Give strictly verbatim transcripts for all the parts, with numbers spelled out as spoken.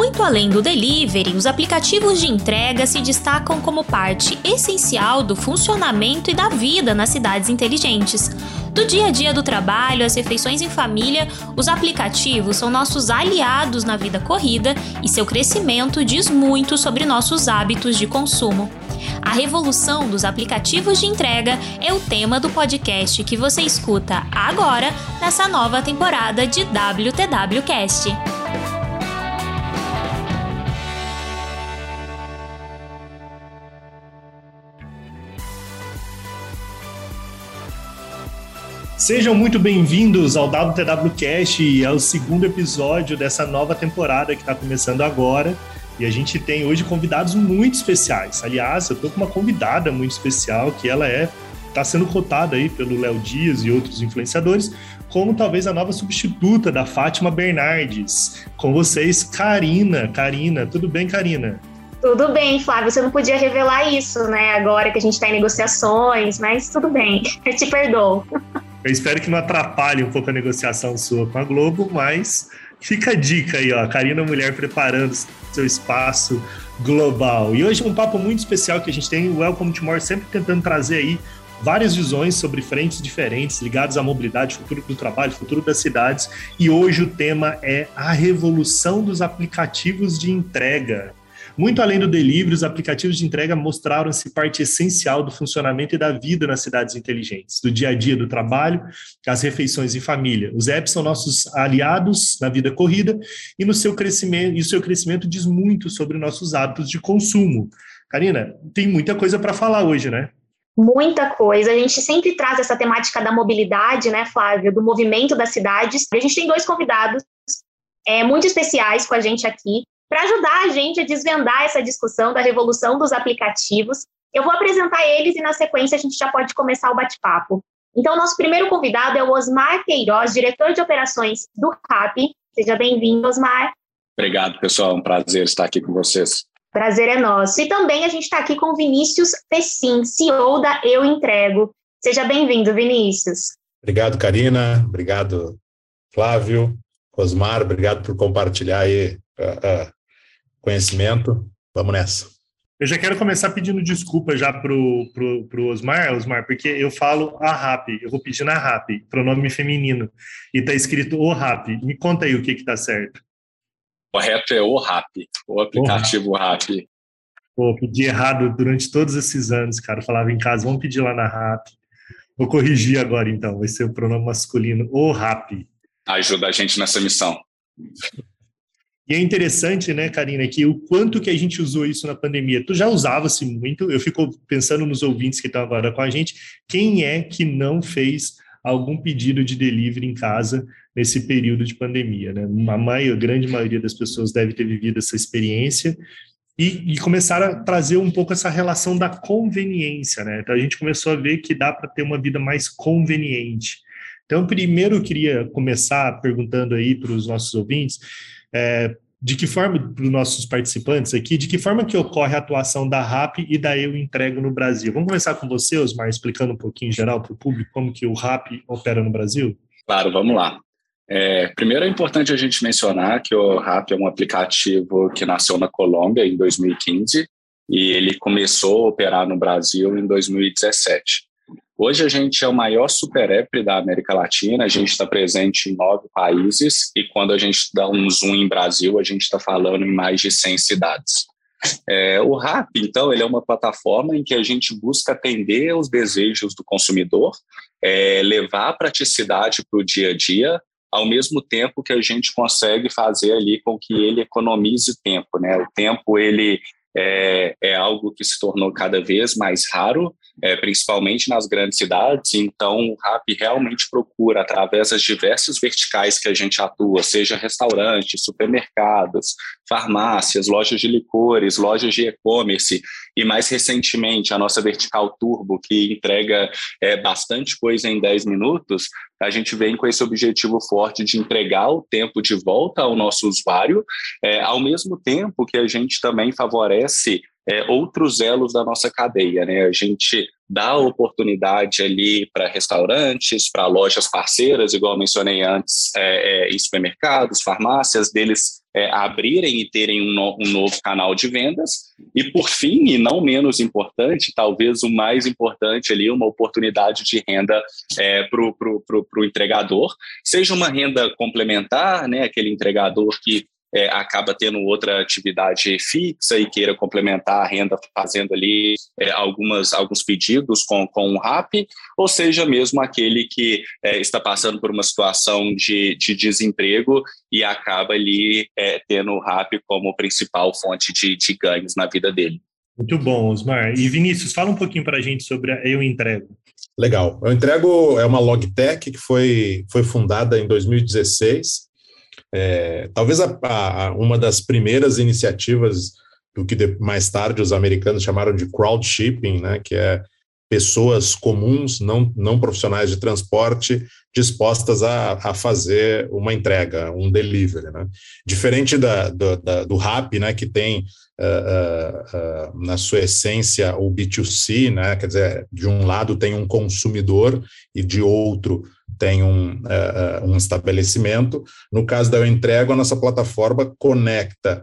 Muito além do delivery, os aplicativos de entrega se destacam como parte essencial do funcionamento e da vida nas cidades inteligentes. Do dia a dia do trabalho, às refeições em família, os aplicativos são nossos aliados na vida corrida e seu crescimento diz muito sobre nossos hábitos de consumo. A revolução dos aplicativos de entrega é o tema do podcast que você escuta agora nessa nova temporada de W T W Cast. Sejam muito bem-vindos ao W T W Cast e ao segundo episódio dessa nova temporada que está começando agora. E a gente tem hoje convidados muito especiais. Aliás, eu estou com uma convidada muito especial, que ela é está sendo cotada aí pelo Léo Dias e outros influenciadores, como talvez a nova substituta da Fátima Bernardes. Com vocês, Karina. Karina, tudo bem, Karina? Tudo bem, Flávio, você não podia revelar isso, né, agora que a gente está em negociações, mas tudo bem, eu te perdoo. Eu espero que não atrapalhe um pouco a negociação sua com a Globo, mas fica a dica aí, ó, Karina Mulher preparando seu espaço global. E hoje um papo muito especial que a gente tem, o Welcome to More, sempre tentando trazer aí várias visões sobre frentes diferentes ligadas à mobilidade, futuro do trabalho, futuro das cidades. E hoje o tema é a revolução dos aplicativos de entrega. Muito além do delivery, os aplicativos de entrega mostraram-se parte essencial do funcionamento e da vida nas cidades inteligentes, do dia a dia do trabalho, às refeições em família. Os apps são nossos aliados na vida corrida e no seu crescimento, e o seu crescimento diz muito sobre nossos hábitos de consumo. Karina, tem muita coisa para falar hoje, né? Muita coisa. A gente sempre traz essa temática da mobilidade, né, Flávio, do movimento das cidades. A gente tem dois convidados é, muito especiais com a gente aqui, para ajudar a gente a desvendar essa discussão da revolução dos aplicativos. Eu vou apresentar eles e, na sequência, a gente já pode começar o bate-papo. Então, o nosso primeiro convidado é o Osmar Queiroz, diretor de operações do Rappi. Seja bem-vindo, Osmar. Obrigado, pessoal. É um prazer estar aqui com vocês. Prazer é nosso. E também a gente está aqui com o Vinícius Pessim, C E O da Eu Entrego. Seja bem-vindo, Vinícius. Obrigado, Karina. Obrigado, Flávio. Osmar, obrigado por compartilhar aí uh, uh, conhecimento. Vamos nessa. Eu já quero começar pedindo desculpa já pro, pro, pro Osmar, Osmar, porque eu falo a Rappi, eu vou pedir na Rappi, pronome feminino, e tá escrito o Rappi. Me conta aí o que que tá certo. Correto é o Rappi, o aplicativo Rappi. Pô, pedi errado durante todos esses anos, cara. Eu falava em casa, vamos pedir lá na Rappi. Vou corrigir agora, então. Vai ser o pronome masculino, o Rappi. Ajuda a gente nessa missão. E é interessante, né, Karina, que o quanto que a gente usou isso na pandemia. Tu já usava-se muito, eu fico pensando nos ouvintes que estão agora com a gente, quem é que não fez algum pedido de delivery em casa nesse período de pandemia, né? A, maior, a grande maioria das pessoas deve ter vivido essa experiência e, e começaram a trazer um pouco essa relação da conveniência, né? Então a gente começou a ver que dá para ter uma vida mais conveniente. Então, primeiro eu queria começar perguntando aí para os nossos ouvintes, é, de que forma, para os nossos participantes aqui, de que forma que ocorre a atuação da Rappi e da Eu Entrego no Brasil? Vamos começar com você, Osmar, explicando um pouquinho em geral para o público como que o Rappi opera no Brasil? Claro, vamos lá. É, primeiro é importante a gente mencionar que o Rappi é um aplicativo que nasceu na Colômbia em dois mil e quinze e ele começou a operar no Brasil em dois mil e dezessete. Hoje a gente é o maior super app da América Latina, a gente está presente em nove países e quando a gente dá um zoom em Brasil, a gente está falando em mais de cem cidades. É, o Rappi, então, ele é uma plataforma em que a gente busca atender os desejos do consumidor, é, levar a praticidade para o dia a dia, ao mesmo tempo que a gente consegue fazer ali com que ele economize tempo, né? O tempo, ele é, é algo que se tornou cada vez mais raro, É, principalmente nas grandes cidades, então o Rappi realmente procura, através das diversas verticais que a gente atua, seja restaurantes, supermercados, farmácias, lojas de licores, lojas de e-commerce, e mais recentemente a nossa vertical Turbo, que entrega é, bastante coisa em dez minutos, a gente vem com esse objetivo forte de entregar o tempo de volta ao nosso usuário, é, ao mesmo tempo que a gente também favorece É, outros elos da nossa cadeia, né? A gente dá oportunidade ali para restaurantes, para lojas parceiras, igual eu mencionei antes, é, é, em supermercados, farmácias, deles é, abrirem e terem um, no, um novo canal de vendas. E, por fim, e não menos importante, talvez o mais importante ali, uma oportunidade de renda é, para o entregador, seja uma renda complementar, né, aquele entregador que É, acaba tendo outra atividade fixa e queira complementar a renda fazendo ali é, algumas, alguns pedidos com, com o Rappi, ou seja mesmo aquele que é, está passando por uma situação de, de desemprego e acaba ali é, tendo o Rappi como principal fonte de, de ganhos na vida dele. Muito bom, Osmar. E Vinícius, fala um pouquinho para a gente sobre a Eu Entrego. Legal. Eu Entrego é uma logtech que foi, foi fundada em dois mil e dezesseis. É, talvez a, a, uma das primeiras iniciativas do que de, mais tarde os americanos chamaram de crowdshipping, né, que é pessoas comuns, não, não profissionais de transporte, dispostas a, a fazer uma entrega, um delivery, né? Diferente da, do, da, do Rappi, né, que tem uh, uh, uh, na sua essência o B dois C, né, quer dizer, de um lado tem um consumidor e de outro tem um, uh, um estabelecimento. No caso da Eu Entrego, a nossa plataforma conecta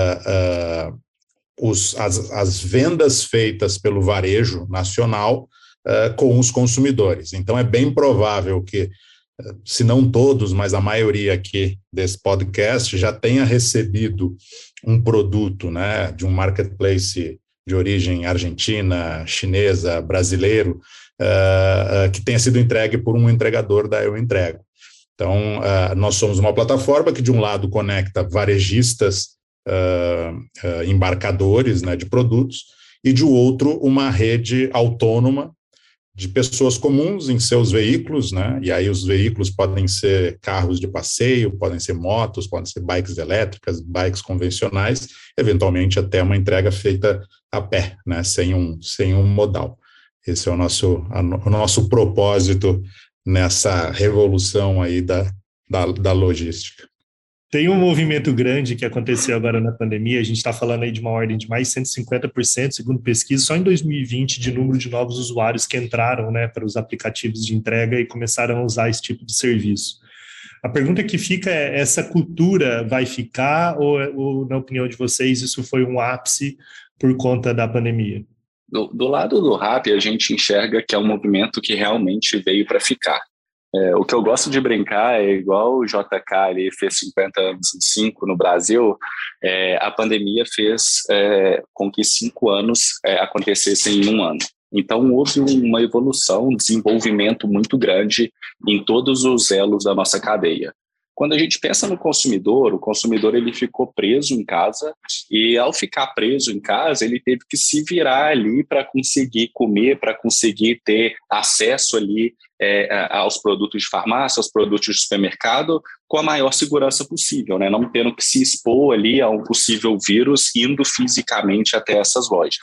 uh, uh, os, as, as vendas feitas pelo varejo nacional uh, com os consumidores. Então, é bem provável que, uh, se não todos, mas a maioria aqui desse podcast já tenha recebido um produto, né, de um marketplace de origem argentina, chinesa, brasileiro, Uh, uh, que tenha sido entregue por um entregador da Eu Entrego. Então, uh, nós somos uma plataforma que, de um lado, conecta varejistas, uh, uh, embarcadores, né, de produtos, e, de outro, uma rede autônoma de pessoas comuns em seus veículos, né, e aí os veículos podem ser carros de passeio, podem ser motos, podem ser bikes elétricas, bikes convencionais, eventualmente até uma entrega feita a pé, né, sem um, sem um modal. Esse é o nosso, a, o nosso propósito nessa revolução aí da, da, da logística. Tem um movimento grande que aconteceu agora na pandemia, a gente está falando aí de uma ordem de mais de cento e cinquenta por cento, segundo pesquisa, só em dois mil e vinte, de número de novos usuários que entraram, né, para os aplicativos de entrega e começaram a usar esse tipo de serviço. A pergunta que fica é, essa cultura vai ficar ou, ou, na opinião de vocês, isso foi um ápice por conta da pandemia? Do, do lado do Rappi, a gente enxerga que é um movimento que realmente veio para ficar. É, o que eu gosto de brincar é igual o J K, ele fez cinquenta anos em cinco no Brasil, é, a pandemia fez é, com que cinco anos é, acontecessem em um ano. Então, houve uma evolução, um desenvolvimento muito grande em todos os elos da nossa cadeia. Quando a gente pensa no consumidor, o consumidor ele ficou preso em casa e, ao ficar preso em casa, ele teve que se virar ali para conseguir comer, para conseguir ter acesso ali é, aos produtos de farmácia, aos produtos de supermercado, com a maior segurança possível, né? Não tendo que se expor ali a um possível vírus indo fisicamente até essas lojas.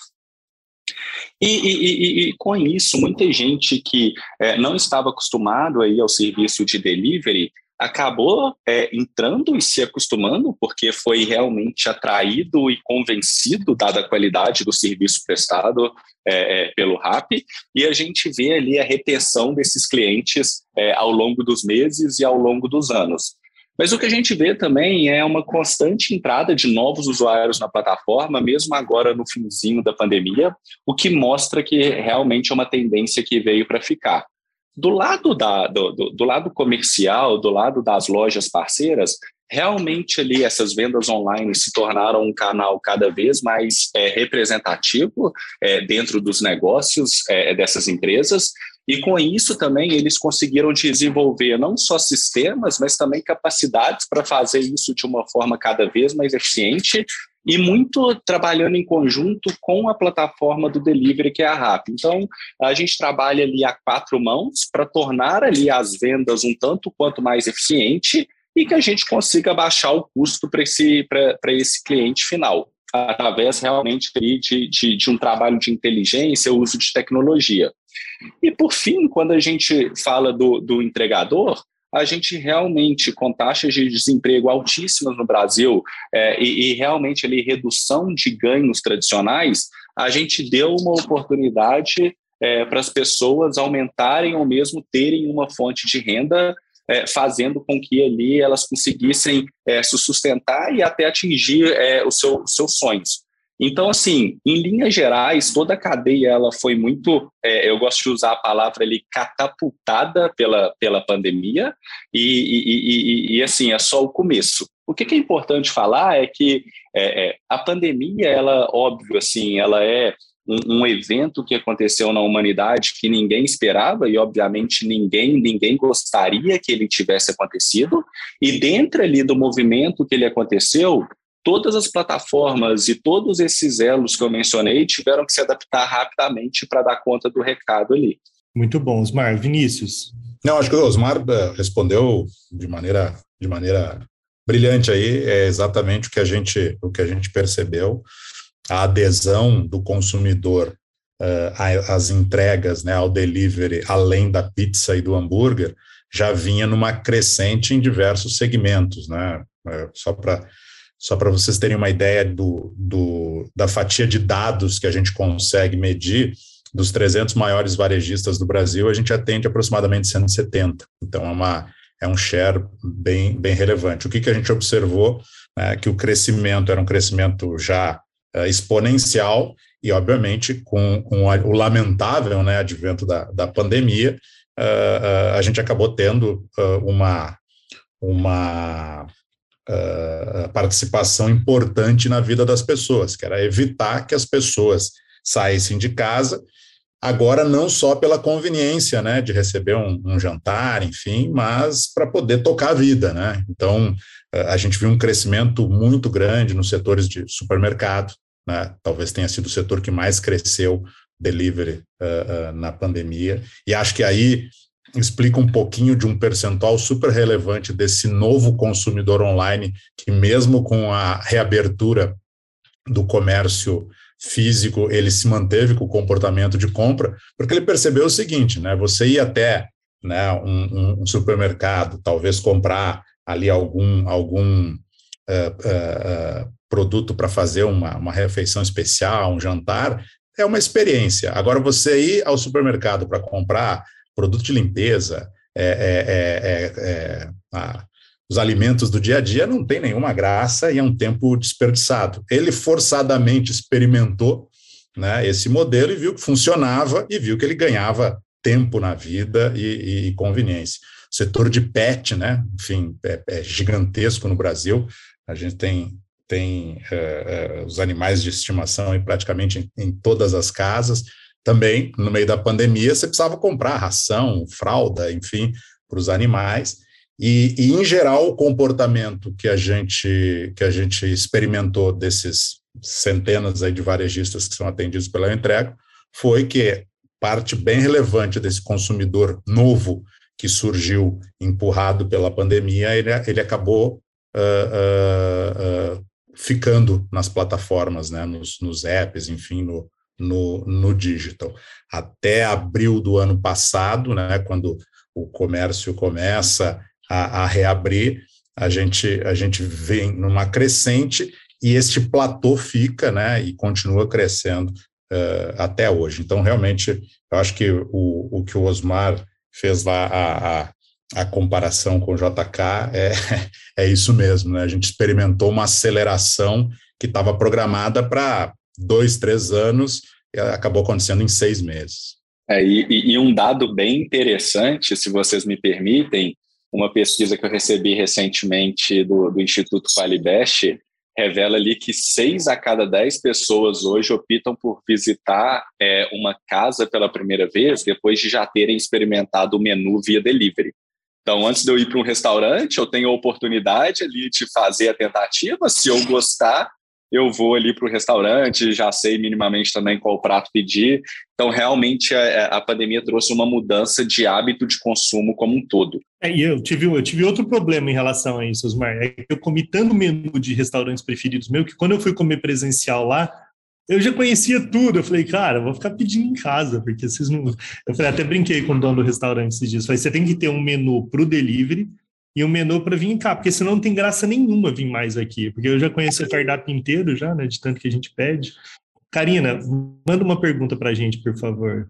E, e, e, e com isso, muita gente que é, não estava acostumado aí ao serviço de delivery acabou é, entrando e se acostumando, porque foi realmente atraído e convencido, dada a qualidade do serviço prestado é, é, pelo Rappi, e a gente vê ali a retenção desses clientes é, ao longo dos meses e ao longo dos anos. Mas o que a gente vê também é uma constante entrada de novos usuários na plataforma, mesmo agora no finzinho da pandemia, o que mostra que realmente é uma tendência que veio para ficar. Do lado, da, do, do, do lado comercial, do lado das lojas parceiras, realmente ali essas vendas online se tornaram um canal cada vez mais é, representativo é, dentro dos negócios é, dessas empresas, e com isso também eles conseguiram desenvolver não só sistemas, mas também capacidades para fazer isso de uma forma cada vez mais eficiente e muito trabalhando em conjunto com a plataforma do delivery, que é a Rappi. Então, a gente trabalha ali a quatro mãos para tornar ali as vendas um tanto quanto mais eficiente e que a gente consiga baixar o custo para esse, para esse cliente final, através realmente de, de, de um trabalho de inteligência, uso de tecnologia. E, por fim, quando a gente fala do, do entregador, a gente realmente, com taxas de desemprego altíssimas no Brasil é, e, e realmente ali, redução de ganhos tradicionais, a gente deu uma oportunidade é, para as pessoas aumentarem ou mesmo terem uma fonte de renda é, fazendo com que ali elas conseguissem é, se sustentar e até atingir é, o seu, os seus sonhos. Então, assim, em linhas gerais, toda a cadeia ela foi muito, é, eu gosto de usar a palavra ali, catapultada pela, pela pandemia e, e, e, e, assim, é só o começo. O que, que é importante falar é que é, é, a pandemia, ela, óbvio, assim, ela é um, um evento que aconteceu na humanidade que ninguém esperava e, obviamente, ninguém, ninguém gostaria que ele tivesse acontecido. E dentro ali do movimento que ele aconteceu, todas as plataformas e todos esses elos que eu mencionei tiveram que se adaptar rapidamente para dar conta do recado ali. Muito bom, Osmar. Vinícius? Não, acho que o Osmar respondeu de maneira, de maneira brilhante aí, é exatamente o que a gente, o que a gente percebeu, a adesão do consumidor uh, às entregas, né, ao delivery, além da pizza e do hambúrguer, já vinha numa crescente em diversos segmentos, né, só para Só para vocês terem uma ideia do, do, da fatia de dados que a gente consegue medir, dos trezentos maiores varejistas do Brasil, a gente atende aproximadamente cento e setenta. Então, é, uma, é um share bem, bem relevante. O que, que a gente observou? É que o crescimento era um crescimento já é, exponencial e, obviamente, com, com a, o lamentável, né, advento da, da pandemia, uh, uh, a gente acabou tendo uh, uma... uma Uh, participação importante na vida das pessoas, que era evitar que as pessoas saíssem de casa, agora não só pela conveniência, né, de receber um, um jantar, enfim, mas para poder tocar a vida, né? Então, uh, a gente viu um crescimento muito grande nos setores de supermercado, né? Talvez tenha sido o setor que mais cresceu delivery uh, uh, na pandemia, e acho que aí explica um pouquinho de um percentual super relevante desse novo consumidor online, que mesmo com a reabertura do comércio físico, ele se manteve com o comportamento de compra, porque ele percebeu o seguinte, né, você ia até, né, um, um supermercado, talvez comprar ali algum, algum uh, uh, uh, produto para fazer uma, uma refeição especial, um jantar, é uma experiência. Agora, você ir ao supermercado para comprar produto de limpeza, é, é, é, é, ah, os alimentos do dia a dia não tem nenhuma graça e é um tempo desperdiçado. Ele forçadamente experimentou, né, esse modelo e viu que funcionava e viu que ele ganhava tempo na vida e, e conveniência. O setor de pet, né, enfim, é, é gigantesco no Brasil. A gente tem, tem uh, uh, os animais de estimação em praticamente em, em todas as casas. Também, no meio da pandemia, você precisava comprar ração, fralda, enfim, para os animais. E, e, em geral, o comportamento que a gente, que a gente experimentou desses centenas aí de varejistas que são atendidos pela entrega foi que parte bem relevante desse consumidor novo que surgiu empurrado pela pandemia, ele, ele acabou uh, uh, uh, ficando nas plataformas, né, nos, nos apps, enfim, no No, no digital. Até abril do ano passado, né, quando o comércio começa a, a reabrir, a gente, a gente vem numa crescente e este platô fica, né, e continua crescendo uh, até hoje. Então, realmente, eu acho que o, o que o Osmar fez lá, a, a, a comparação com o J K, é, é isso mesmo, né? A gente experimentou uma aceleração que estava programada para dois, três anos, e acabou acontecendo em seis meses. É, e, e um dado bem interessante, se vocês me permitem, uma pesquisa que eu recebi recentemente do, do Instituto Qualibest revela ali que seis a cada dez pessoas hoje optam por visitar é, uma casa pela primeira vez depois de já terem experimentado o menu via delivery. Então, antes de eu ir para um restaurante, eu tenho a oportunidade ali de fazer a tentativa, se eu gostar, eu vou ali para o restaurante, já sei minimamente também qual prato pedir. Então, realmente, a, a pandemia trouxe uma mudança de hábito de consumo como um todo. É, e eu tive, eu tive outro problema em relação a isso, Osmar. É que eu comi tanto menu de restaurantes preferidos meu que quando eu fui comer presencial lá, eu já conhecia tudo. Eu falei, cara, eu vou ficar pedindo em casa, porque vocês não... Eu falei, até brinquei com o dono do restaurante esses dias. Eu falei, você tem que ter um menu para o delivery e um menu para vir cá, porque senão não tem graça nenhuma vir mais aqui, porque eu já conheço o cardápio inteiro já, né, de tanto que a gente pede. Karina, manda uma pergunta para a gente, por favor.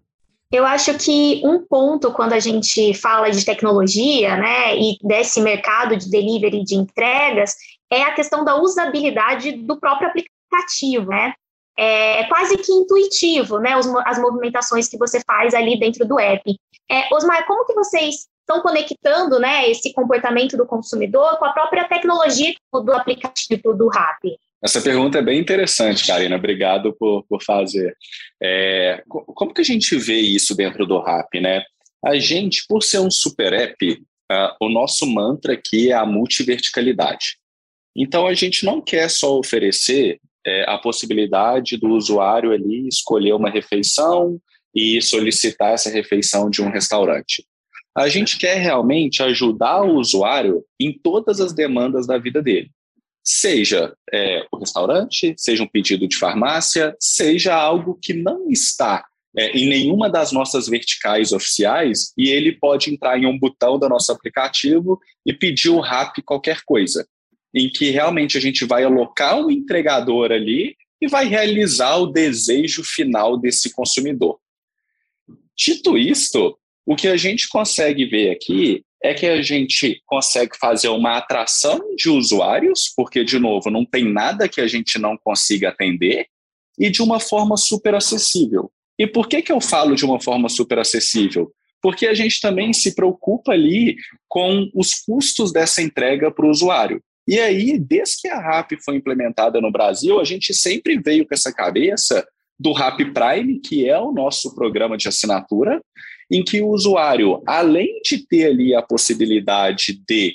Eu acho que um ponto quando a gente fala de tecnologia, né, e desse mercado de delivery de entregas, é a questão da usabilidade do próprio aplicativo, né? É quase que intuitivo, né, as movimentações que você faz ali dentro do app. É, Osmar, como que vocês estão conectando, né, esse comportamento do consumidor com a própria tecnologia do aplicativo do Rappi? Essa pergunta é bem interessante, Karina. Obrigado por, por fazer. É, como que a gente vê isso dentro do Rappi, né? A gente, por ser um super app, uh, o nosso mantra aqui é a multiverticalidade. Então, a gente não quer só oferecer é, a possibilidade do usuário ali escolher uma refeição e solicitar essa refeição de um restaurante. A gente quer realmente ajudar o usuário em todas as demandas da vida dele. Seja é, o restaurante, seja um pedido de farmácia, seja algo que não está é, em nenhuma das nossas verticais oficiais e ele pode entrar em um botão do nosso aplicativo e pedir o Rappi qualquer coisa, em que realmente a gente vai alocar um entregador ali e vai realizar o desejo final desse consumidor. Dito isto, o que a gente consegue ver aqui é que a gente consegue fazer uma atração de usuários, porque, de novo, não tem nada que a gente não consiga atender, e de uma forma super acessível. E por que que eu falo de uma forma super acessível? Porque a gente também se preocupa ali com os custos dessa entrega para o usuário. E aí, desde que a Rappi foi implementada no Brasil, a gente sempre veio com essa cabeça do Rappi Prime, que é o nosso programa de assinatura, em que o usuário, além de ter ali a possibilidade de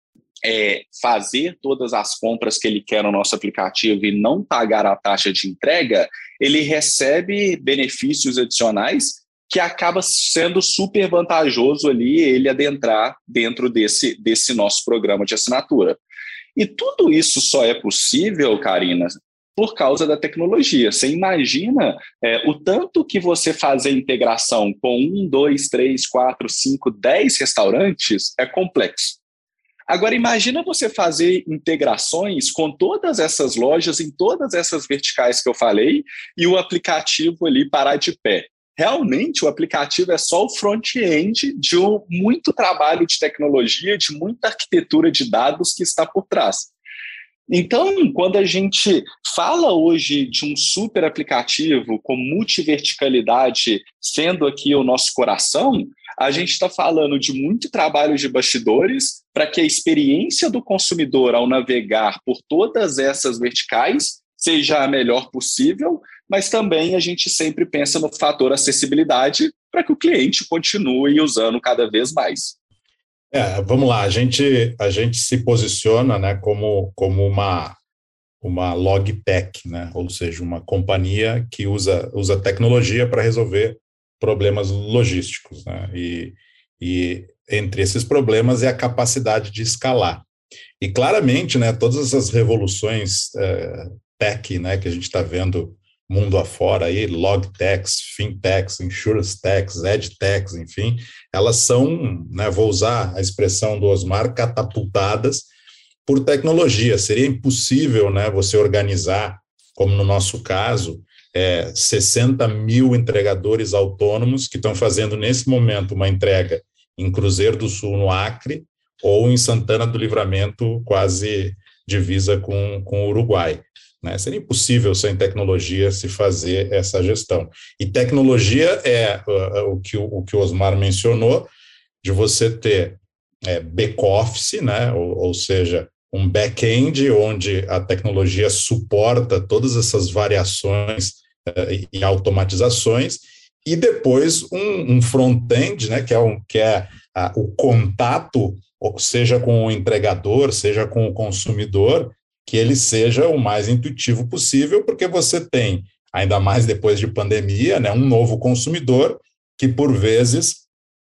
é, fazer todas as compras que ele quer no nosso aplicativo e não pagar a taxa de entrega, ele recebe benefícios adicionais que acaba sendo super vantajoso ali ele adentrar dentro desse, desse nosso programa de assinatura. E tudo isso só é possível, Karina, por causa da tecnologia. Você imagina é, o tanto que você fazer integração com um, dois, três, quatro, cinco, dez restaurantes é complexo. Agora, imagina você fazer integrações com todas essas lojas, em todas essas verticais que eu falei, e o aplicativo ali parar de pé. Realmente, o aplicativo é só o front-end de um, muito trabalho de tecnologia, de muita arquitetura de dados que está por trás. Então, quando a gente fala hoje de um super aplicativo com multiverticalidade sendo aqui o nosso coração, a gente está falando de muito trabalho de bastidores para que a experiência do consumidor ao navegar por todas essas verticais seja a melhor possível, mas também a gente sempre pensa no fator acessibilidade para que o cliente continue usando cada vez mais. É, vamos lá, a gente, a gente se posiciona, né, como, como uma, uma logtech, né, ou seja, uma companhia que usa, usa tecnologia para resolver problemas logísticos, né, e, e entre esses problemas é a capacidade de escalar. E claramente, né, todas essas revoluções é, tech, né, que a gente está vendo mundo afora aí, logtechs, fintechs, insurtechs, edtechs, enfim, elas são, né, vou usar a expressão do Osmar, catapultadas por tecnologia. Seria impossível, né, você organizar, como no nosso caso, é, sessenta mil entregadores autônomos que estão fazendo nesse momento uma entrega em Cruzeiro do Sul, no Acre, ou em Santana do Livramento, quase divisa com, com o Uruguai. Né? Seria impossível, sem tecnologia, se fazer essa gestão. E tecnologia é uh, o, que, o que o Osmar mencionou, de você ter é, back-office, né? ou, ou seja, um back-end onde a tecnologia suporta todas essas variações uh, e automatizações, e depois um, um front-end, né? que é, um, que é uh, o contato, seja com o entregador, seja com o consumidor, que ele seja o mais intuitivo possível, porque você tem, ainda mais depois de pandemia, né, um novo consumidor que, por vezes,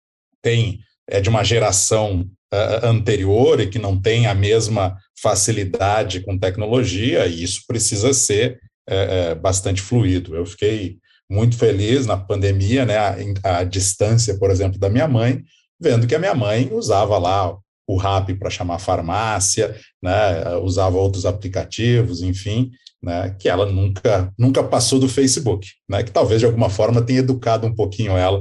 tem, é de uma geração uh, anterior e que não tem a mesma facilidade com tecnologia, e isso precisa ser uh, bastante fluido. Eu fiquei muito feliz na pandemia, né, a, a distância, por exemplo, da minha mãe, vendo que a minha mãe usava lá o Rappi para chamar farmácia, né, usava outros aplicativos, enfim, né, que ela nunca, nunca passou do Facebook, né, que talvez de alguma forma tenha educado um pouquinho ela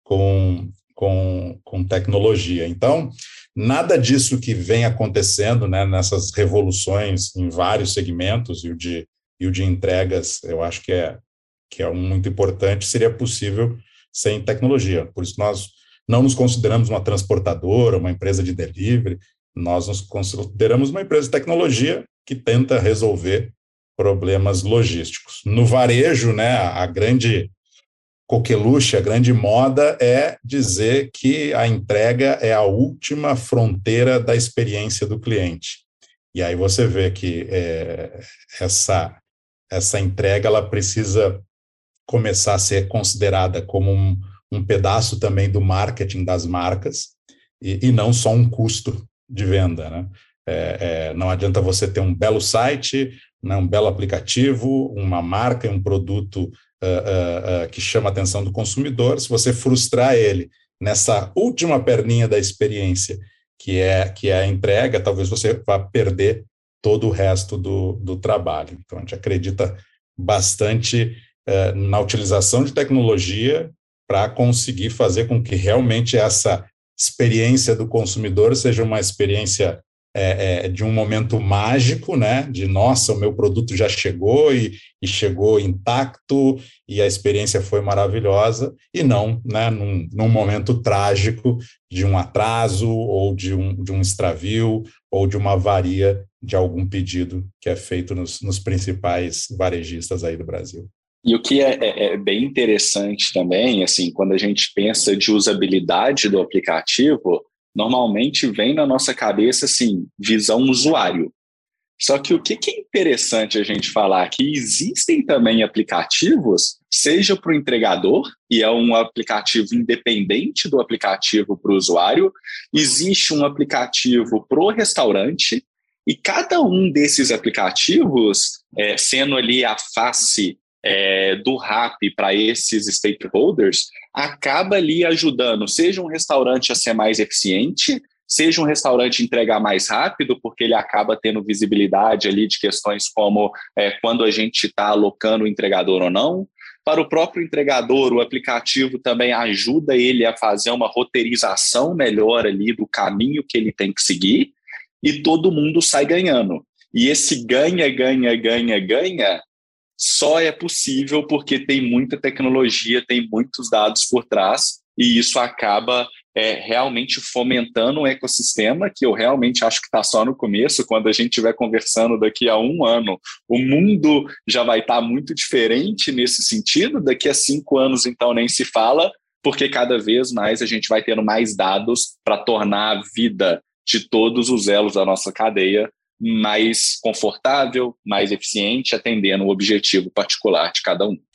com, com, com tecnologia. Então, nada disso que vem acontecendo, né, nessas revoluções em vários segmentos, e o de, e o de entregas, eu acho que é, que é muito importante, seria possível sem tecnologia. Por isso, nós não nos consideramos uma transportadora, uma empresa de delivery, nós nos consideramos uma empresa de tecnologia que tenta resolver problemas logísticos. No varejo, né, a grande coqueluche, a grande moda é dizer que a entrega é a última fronteira da experiência do cliente. E aí você vê que é, essa, essa entrega ela precisa começar a ser considerada como um, um pedaço também do marketing das marcas e, e não só um custo de venda, né? É, é, não adianta você ter um belo site, né, um belo aplicativo, uma marca e um produto uh, uh, uh, que chama a atenção do consumidor. Se você frustrar ele nessa última perninha da experiência, que é, que é a entrega, talvez você vá perder todo o resto do, do trabalho. Então, a gente acredita bastante uh, na utilização de tecnologia para conseguir fazer com que realmente essa experiência do consumidor seja uma experiência É, é, de um momento mágico, né, de nossa, o meu produto já chegou e, e chegou intacto e a experiência foi maravilhosa, e não, né, num, num momento trágico de um atraso ou de um, de um extravio ou de uma avaria de algum pedido que é feito nos, nos principais varejistas aí do Brasil. E o que é, é, é bem interessante também, assim, quando a gente pensa de usabilidade do aplicativo, normalmente vem na nossa cabeça, assim, visão usuário. Só que o que é interessante a gente falar que existem também aplicativos, seja para o entregador, e é um aplicativo independente do aplicativo para o usuário, existe um aplicativo para o restaurante, e cada um desses aplicativos, é, sendo ali a face é, do Rappi para esses stakeholders, acaba ali ajudando, seja um restaurante a ser mais eficiente, seja um restaurante entregar mais rápido, porque ele acaba tendo visibilidade ali de questões como é, quando a gente está alocando o entregador ou não. Para o próprio entregador, o aplicativo também ajuda ele a fazer uma roteirização melhor ali do caminho que ele tem que seguir, e todo mundo sai ganhando. E esse ganha, ganha, ganha, ganha só é possível porque tem muita tecnologia, tem muitos dados por trás, e isso acaba é, realmente fomentando um ecossistema que eu realmente acho que está só no começo. Quando a gente estiver conversando daqui a um ano, o mundo já vai estar tá muito diferente nesse sentido. Daqui a cinco anos, então, nem se fala, porque cada vez mais a gente vai tendo mais dados para tornar a vida de todos os elos da nossa cadeia mais confortável, mais eficiente, atendendo o objetivo particular de cada um.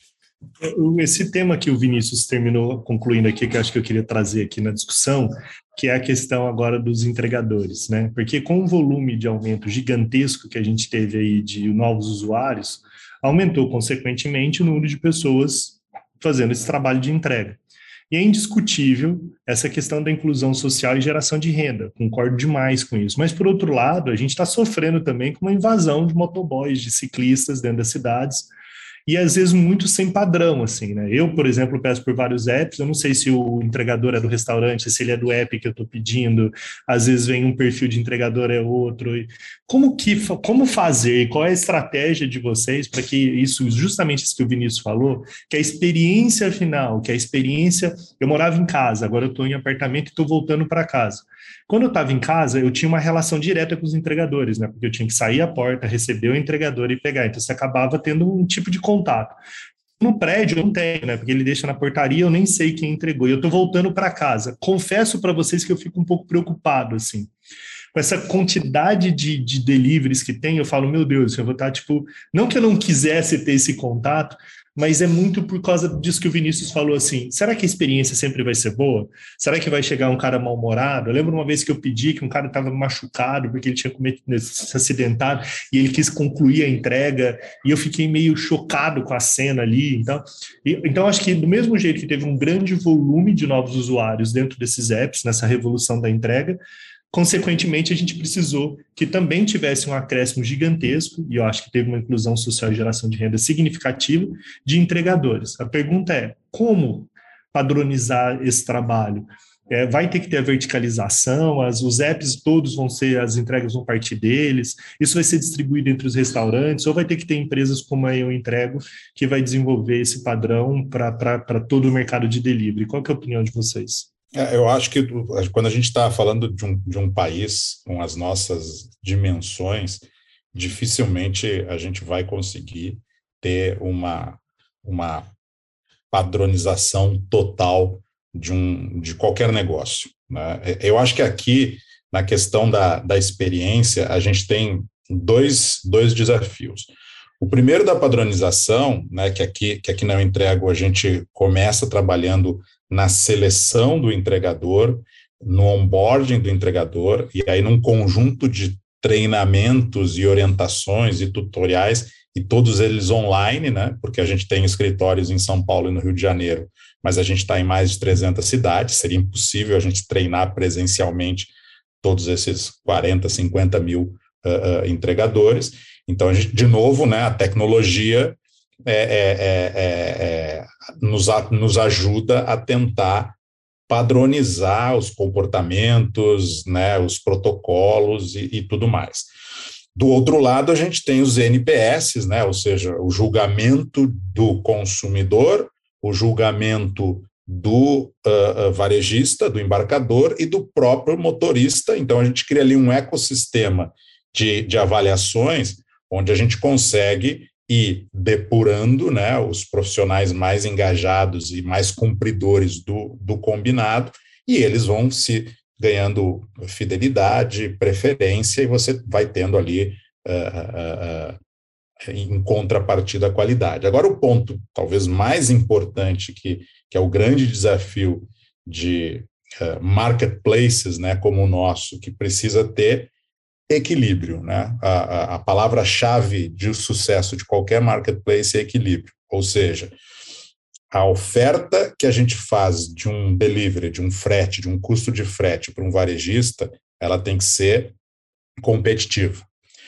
Esse tema que o Vinícius terminou concluindo aqui, que eu acho que eu queria trazer aqui na discussão, que é a questão agora dos entregadores, né? Porque com o volume de aumento gigantesco que a gente teve aí de novos usuários, aumentou consequentemente o número de pessoas fazendo esse trabalho de entrega. E é indiscutível essa questão da inclusão social e geração de renda, concordo demais com isso. Mas, por outro lado, a gente está sofrendo também com uma invasão de motoboys, de ciclistas dentro das cidades, e às vezes muito sem padrão, assim, né? Eu, por exemplo, peço por vários apps, eu não sei se o entregador é do restaurante, se ele é do app que eu estou pedindo, às vezes vem um perfil de entregador, é outro. Como, que, como fazer, qual é a estratégia de vocês para que isso, justamente isso que o Vinícius falou, que a experiência final, que a experiência... Eu morava em casa, agora eu estou em apartamento e estou voltando para casa. Quando eu estava em casa, eu tinha uma relação direta com os entregadores, né? Porque eu tinha que sair à porta, receber o entregador e pegar. Então, você acabava tendo um tipo de contato. No prédio, eu não tenho, né? Porque ele deixa na portaria, eu nem sei quem entregou. E eu estou voltando para casa. Confesso para vocês que eu fico um pouco preocupado, assim. Com essa quantidade de, de deliveries que tem, eu falo, meu Deus, eu vou estar, tipo... Não que eu não quisesse ter esse contato, mas é muito por causa disso que o Vinícius falou, assim, será que a experiência sempre vai ser boa? Será que vai chegar um cara mal-humorado? Eu lembro uma vez que eu pedi que um cara estava machucado porque ele tinha cometido, se acidentado, e ele quis concluir a entrega, e eu fiquei meio chocado com a cena ali. Então, e, então acho que do mesmo jeito que teve um grande volume de novos usuários dentro desses apps, nessa revolução da entrega, consequentemente, a gente precisou que também tivesse um acréscimo gigantesco, e eu acho que teve uma inclusão social e geração de renda significativa, de entregadores. A pergunta é, como padronizar esse trabalho? É, vai ter que ter a verticalização, as, os apps todos vão ser, as entregas vão partir deles, isso vai ser distribuído entre os restaurantes, ou vai ter que ter empresas como a Eu Entrego, que vai desenvolver esse padrão para todo o mercado de delivery. Qual que é a opinião de vocês? É, eu acho que quando a gente está falando de um, de um país com as nossas dimensões, dificilmente a gente vai conseguir ter uma, uma padronização total de, um, de qualquer negócio, né? Eu acho que aqui, na questão da, da experiência, a gente tem dois, dois desafios. O primeiro da padronização, né, que aqui, que aqui na Eu Entrego a gente começa trabalhando na seleção do entregador, no onboarding do entregador, e aí num conjunto de treinamentos e orientações e tutoriais, e todos eles online, né, porque a gente tem escritórios em São Paulo e no Rio de Janeiro, mas a gente está em mais de trezentas cidades, seria impossível a gente treinar presencialmente todos esses quarenta, cinquenta mil uh, uh, entregadores. Então, a gente, de novo, né, a tecnologia é, é, é, é, nos, a, nos ajuda a tentar padronizar os comportamentos, né, os protocolos e, e tudo mais. Do outro lado, a gente tem os N P S, né, ou seja, o julgamento do consumidor, o julgamento do uh, varejista, do embarcador e do próprio motorista. Então, a gente cria ali um ecossistema de, de avaliações onde a gente consegue ir depurando, né, os profissionais mais engajados e mais cumpridores do, do combinado, e eles vão se ganhando fidelidade, preferência, e você vai tendo ali uh, uh, uh, em contrapartida a qualidade. Agora, o ponto talvez mais importante, que, que é o grande desafio de uh, marketplaces, né, como o nosso, que precisa ter equilíbrio, né? A, a, a palavra-chave de sucesso de qualquer marketplace é equilíbrio, ou seja, a oferta que a gente faz de um delivery, de um frete, de um custo de frete para um varejista, ela tem que ser competitiva.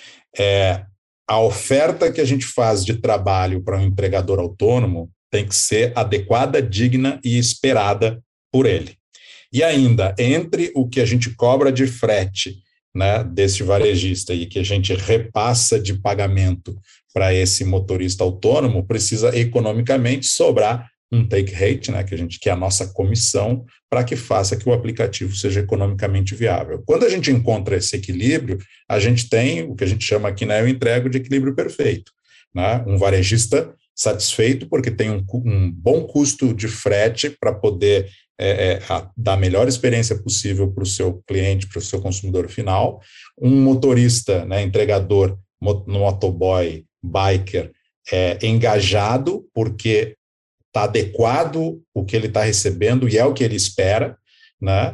É, a oferta que a gente faz de trabalho para um entregador autônomo tem que ser adequada, digna e esperada por ele. E ainda, entre o que a gente cobra de frete, né, desse varejista e que a gente repassa de pagamento para esse motorista autônomo, precisa economicamente sobrar um take rate, né, que a gente que é a nossa comissão, para que faça que o aplicativo seja economicamente viável. Quando a gente encontra esse equilíbrio, a gente tem o que a gente chama aqui na Eu Entrego de equilíbrio perfeito, né? Um varejista satisfeito porque tem um, um bom custo de frete para poder É, é, a, dar a melhor experiência possível para o seu cliente, para o seu consumidor final, um motorista, né, entregador, mot, motoboy, biker, é, engajado, porque está adequado o que ele está recebendo e é o que ele espera, né,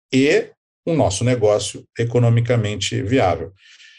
e o nosso negócio economicamente viável.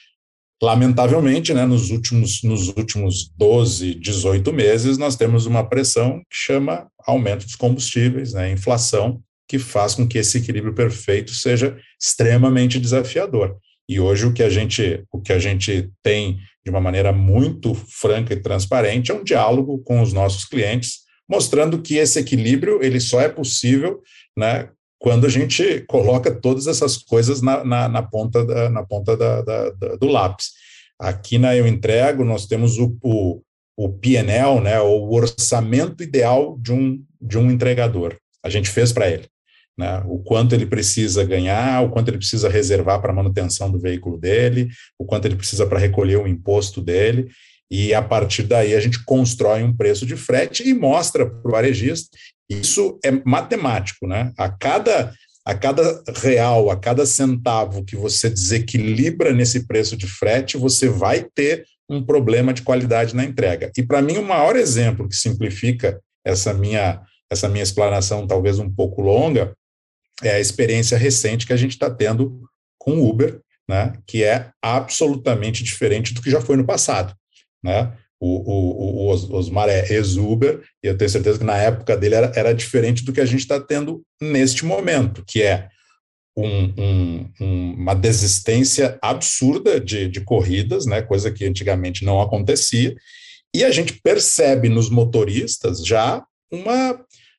Lamentavelmente, né, nos últimos, nos últimos doze, dezoito meses, nós temos uma pressão que chama aumento dos combustíveis, né, inflação, que faz com que esse equilíbrio perfeito seja extremamente desafiador. E hoje o que a gente, o que a gente tem de uma maneira muito franca e transparente é um diálogo com os nossos clientes, mostrando que esse equilíbrio ele só é possível, né, quando a gente coloca todas essas coisas na, na, na ponta, da, na ponta da, da, da, do lápis. Aqui na Eu Entrego, nós temos o, o, o P and L, né, o orçamento ideal de um, de um entregador. A gente fez para ele, né, o quanto ele precisa ganhar, o quanto ele precisa reservar para a manutenção do veículo dele, o quanto ele precisa para recolher o imposto dele, e a partir daí a gente constrói um preço de frete e mostra para o varejista. Isso é matemático, né? A cada, a cada real, a cada centavo que você desequilibra nesse preço de frete, você vai ter um problema de qualidade na entrega. E para mim o maior exemplo que simplifica essa minha, essa minha explanação talvez um pouco longa é a experiência recente que a gente está tendo com o Uber, né? Que é absolutamente diferente do que já foi no passado, né? O, o, o Osmar é ex-Uber, e eu tenho certeza que na época dele era, era diferente do que a gente está tendo neste momento, que é um, um, um, uma desistência absurda de, de corridas, né, coisa que antigamente não acontecia, e a gente percebe nos motoristas já uma,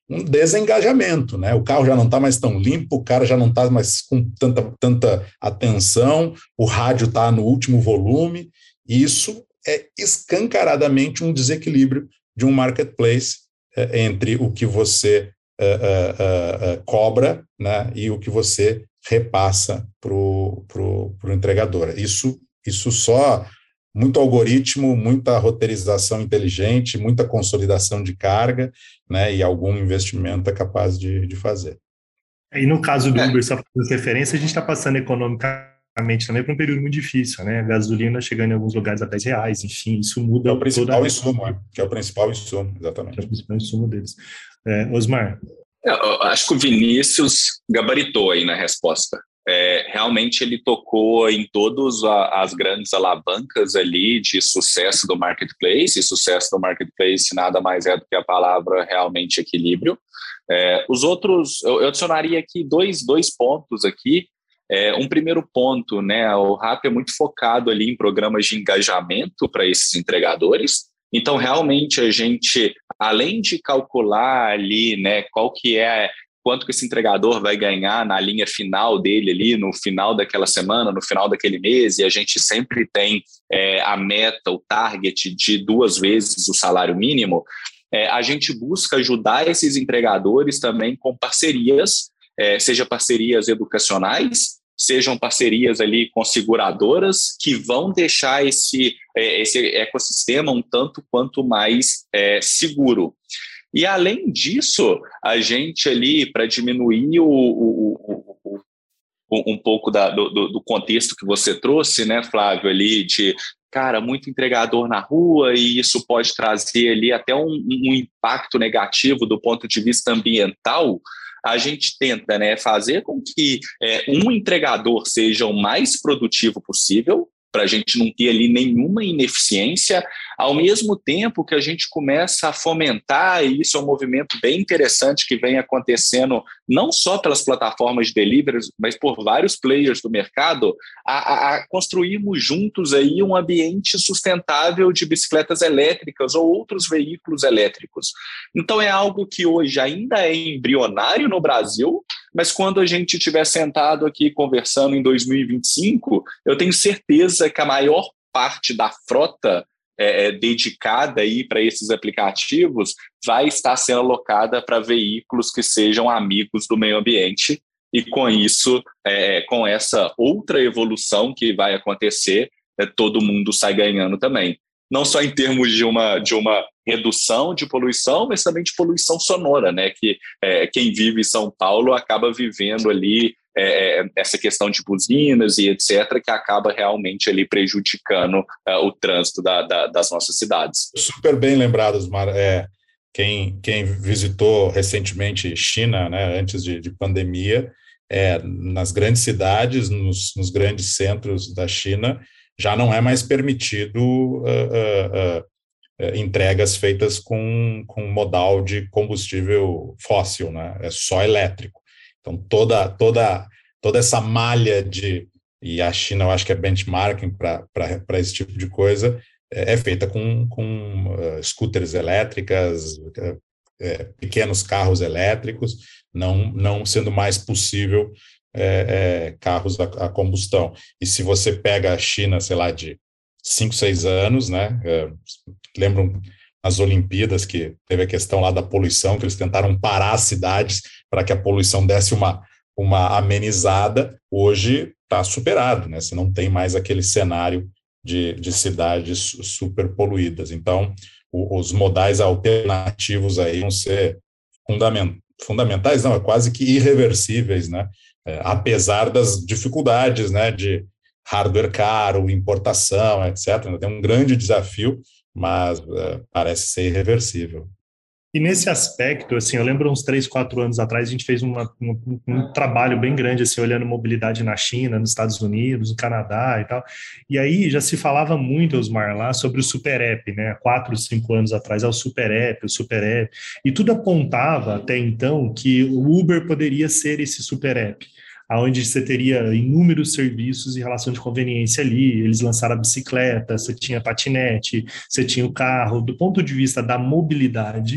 um desengajamento, né? O carro já não está mais tão limpo, o cara já não está mais com tanta, tanta atenção, o rádio está no último volume, e isso é escancaradamente um desequilíbrio de um marketplace é, entre o que você é, é, é, cobra, né, e o que você repassa para o pro, pro entregador. Isso, isso só... muito algoritmo, muita roteirização inteligente, muita consolidação de carga, né, e algum investimento é capaz de, de fazer. E no caso do Uber, só para referência, a gente está passando economicamente também por um período muito difícil, né? A gasolina chegando em alguns lugares a dez reais, enfim, isso muda... É o principal toda... insumo, é, que é o principal insumo, exatamente. Que é o principal insumo deles. É, Osmar? Eu acho que o Vinícius gabaritou aí na resposta. É, realmente ele tocou em todas as grandes alavancas ali de sucesso do marketplace, e sucesso do marketplace nada mais é do que a palavra realmente equilíbrio. É, os outros, eu, eu adicionaria aqui dois, dois pontos aqui. É, um primeiro ponto, né, o Rappi é muito focado ali em programas de engajamento para esses entregadores. Então, realmente, a gente, além de calcular ali, né, qual que é, quanto que esse entregador vai ganhar na linha final dele ali, no final daquela semana, no final daquele mês, e a gente sempre tem é, a meta, o target de duas vezes o salário mínimo, é, a gente busca ajudar esses entregadores também com parcerias, é, seja parcerias educacionais, sejam parcerias ali com seguradoras que vão deixar esse, esse ecossistema um tanto quanto mais é, seguro. E, além disso, a gente ali, para diminuir o, o, o, o, um pouco da, do, do contexto que você trouxe, né, Flávio, ali de, cara, muito entregador na rua, e isso pode trazer ali até um, um impacto negativo do ponto de vista ambiental. A gente tenta, né, fazer com que é, um entregador seja o mais produtivo possível, para a gente não ter ali nenhuma ineficiência, ao mesmo tempo que a gente começa a fomentar, e isso é um movimento bem interessante que vem acontecendo não só pelas plataformas de delivery, mas por vários players do mercado, a, a, a construirmos juntos aí um ambiente sustentável de bicicletas elétricas ou outros veículos elétricos. Então é algo que hoje ainda é embrionário no Brasil, mas quando a gente estiver sentado aqui conversando em dois mil e vinte e cinco, eu tenho certeza que a maior parte da frota é, dedicada para esses aplicativos vai estar sendo alocada para veículos que sejam amigos do meio ambiente, e com isso, é, com essa outra evolução que vai acontecer, é, todo mundo sai ganhando também. Não só em termos de uma, de uma redução de poluição, mas também de poluição sonora, né? Que é, quem vive em São Paulo acaba vivendo ali é, essa questão de buzinas e etcétera, que acaba realmente ali prejudicando é, o trânsito da, da, das nossas cidades. Super bem lembrado, Osmar. É, quem, quem visitou recentemente China, né, antes de, de pandemia, é, nas grandes cidades, nos, nos grandes centros da China, já não é mais permitido uh, uh, uh, entregas feitas com, com modal de combustível fóssil, né? É só elétrico. Então, toda, toda, toda essa malha de... E a China, eu acho que é benchmarking para esse tipo de coisa, é, é feita com, com uh, scooters elétricas, uh, uh, pequenos carros elétricos, não, não sendo mais possível É, é, carros a, a combustão. E se você pega a China, sei lá, de cinco, seis anos, né, é, lembram as Olimpíadas que teve a questão lá da poluição, que eles tentaram parar as cidades para que a poluição desse uma, uma amenizada. Hoje está superado, né, você não tem mais aquele cenário de, de cidades super poluídas. Então, o, os modais alternativos aí vão ser fundament, fundamentais, não, é quase que irreversíveis, né, É, apesar das dificuldades, né, de hardware caro, importação, etcétera. Tem um grande desafio, mas é, parece ser irreversível. E nesse aspecto, assim, eu lembro uns três, quatro anos atrás, a gente fez uma, um, um trabalho bem grande, assim, olhando mobilidade na China, nos Estados Unidos, no Canadá e tal. E aí já se falava muito, Osmar, lá sobre o Super App, né? Quatro, cinco anos atrás, é o Super App, o Super App. E tudo apontava até então que o Uber poderia ser esse Super App, onde você teria inúmeros serviços em relação de conveniência ali. Eles lançaram a bicicleta, você tinha patinete, você tinha o carro. Do ponto de vista da mobilidade,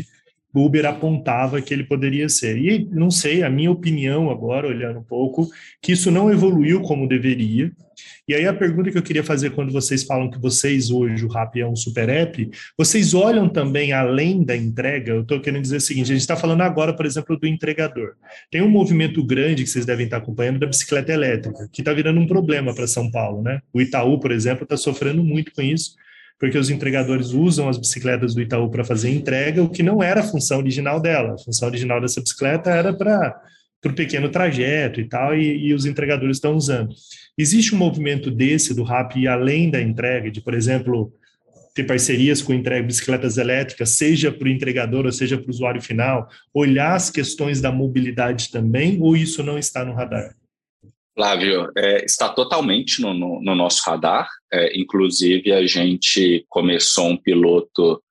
o Uber apontava que ele poderia ser. E não sei, a minha opinião agora, olhando um pouco, que isso não evoluiu como deveria. E aí a pergunta que eu queria fazer quando vocês falam que vocês hoje, o Rappi é um super app, vocês olham também além da entrega? Eu estou querendo dizer o seguinte, a gente está falando agora, por exemplo, do entregador. Tem um movimento grande que vocês devem estar acompanhando da bicicleta elétrica, que está virando um problema para São Paulo, né? O Itaú, por exemplo, está sofrendo muito com isso, porque os entregadores usam as bicicletas do Itaú para fazer entrega, o que não era a função original dela. A função original dessa bicicleta era para o pequeno trajeto e tal, e, e os entregadores estão usando. Existe um movimento desse do Rappi ir além da entrega, de, por exemplo, ter parcerias com entrega de bicicletas elétricas, seja para o entregador ou seja para o usuário final, olhar as questões da mobilidade também, ou isso não está no radar? Flávio, é, está totalmente no, no, no nosso radar. É, inclusive, a gente começou um piloto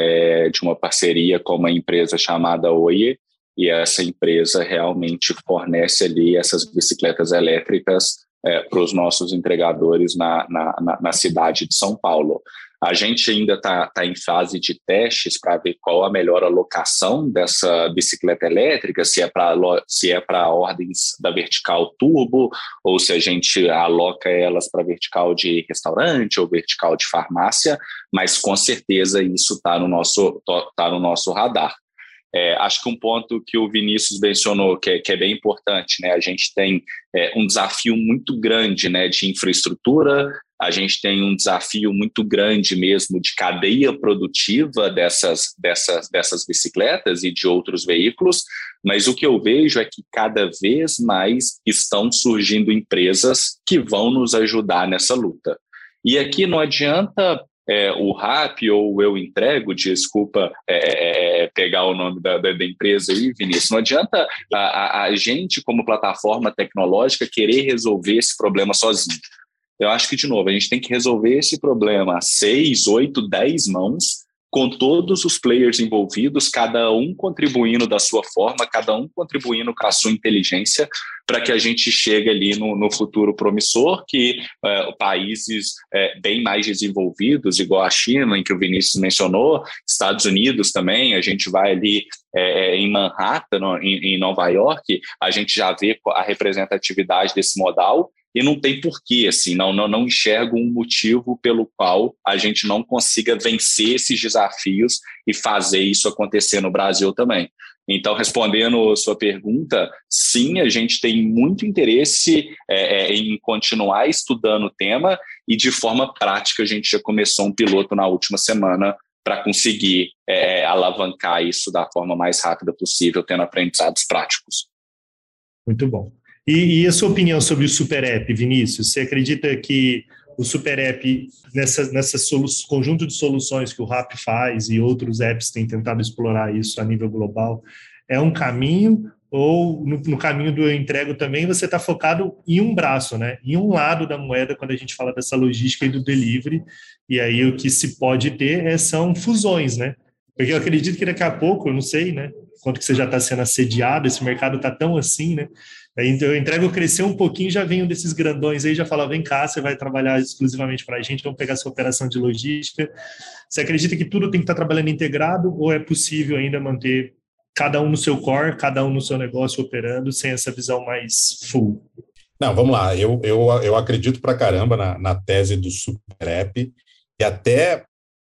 é, de uma parceria com uma empresa chamada Oie, e essa empresa realmente fornece ali essas bicicletas elétricas é, para os nossos entregadores na, na, na cidade de São Paulo. A gente ainda está tá em fase de testes para ver qual a melhor alocação dessa bicicleta elétrica, se é para se é para ordens da vertical turbo, ou se a gente aloca elas para vertical de restaurante ou vertical de farmácia, mas com certeza isso está no nosso, tá no nosso radar. É, acho que um ponto que o Vinícius mencionou, que é, que é bem importante, né? A gente tem é, um desafio muito grande, né, de infraestrutura, a gente tem um desafio muito grande mesmo de cadeia produtiva dessas, dessas, dessas bicicletas e de outros veículos, mas o que eu vejo é que cada vez mais estão surgindo empresas que vão nos ajudar nessa luta. E aqui não adianta... É, o Rappi ou Eu Entrego, desculpa é, é, pegar o nome da, da empresa aí, Vinícius, não adianta a, a, a gente, como plataforma tecnológica, querer resolver esse problema sozinho. Eu acho que, de novo, a gente tem que resolver esse problema a seis, oito, dez mãos, com todos os players envolvidos, cada um contribuindo da sua forma, cada um contribuindo com a sua inteligência, para que a gente chegue ali no, no futuro promissor, que é, países é, bem mais desenvolvidos, igual a China, em que o Vinícius mencionou, Estados Unidos também, a gente vai ali é, em Manhattan, no, em, em Nova York, a gente já vê a representatividade desse modal, e não tem porquê, assim, não, não, não enxergo um motivo pelo qual a gente não consiga vencer esses desafios e fazer isso acontecer no Brasil também. Então, respondendo a sua pergunta, sim, a gente tem muito interesse é, é, em continuar estudando o tema e, de forma prática, a gente já começou um piloto na última semana para conseguir é, alavancar isso da forma mais rápida possível, tendo aprendizados práticos. Muito bom. E, e a sua opinião sobre o Super App, Vinícius? Você acredita que o Super App, nessa, nessa solu- conjunto de soluções que o Rappi faz e outros apps têm tentado explorar isso a nível global, é um caminho? Ou no, no caminho do eu entrego também você está focado em um braço, né? Em um lado da moeda quando a gente fala dessa logística e do delivery, e aí o que se pode ter é, são fusões, né? Porque eu acredito que daqui a pouco, eu não sei, né? Quanto que você já está sendo assediado, esse mercado está tão assim, né? Então, eu entrego crescer um pouquinho, já vem um desses grandões aí, já fala, vem cá, você vai trabalhar exclusivamente para a gente, vamos pegar essa operação de logística. Você acredita que tudo tem que estar trabalhando integrado ou é possível ainda manter cada um no seu core, cada um no seu negócio operando, sem essa visão mais full? Não, vamos lá, eu, eu, eu acredito pra caramba na, na tese do Super App, e até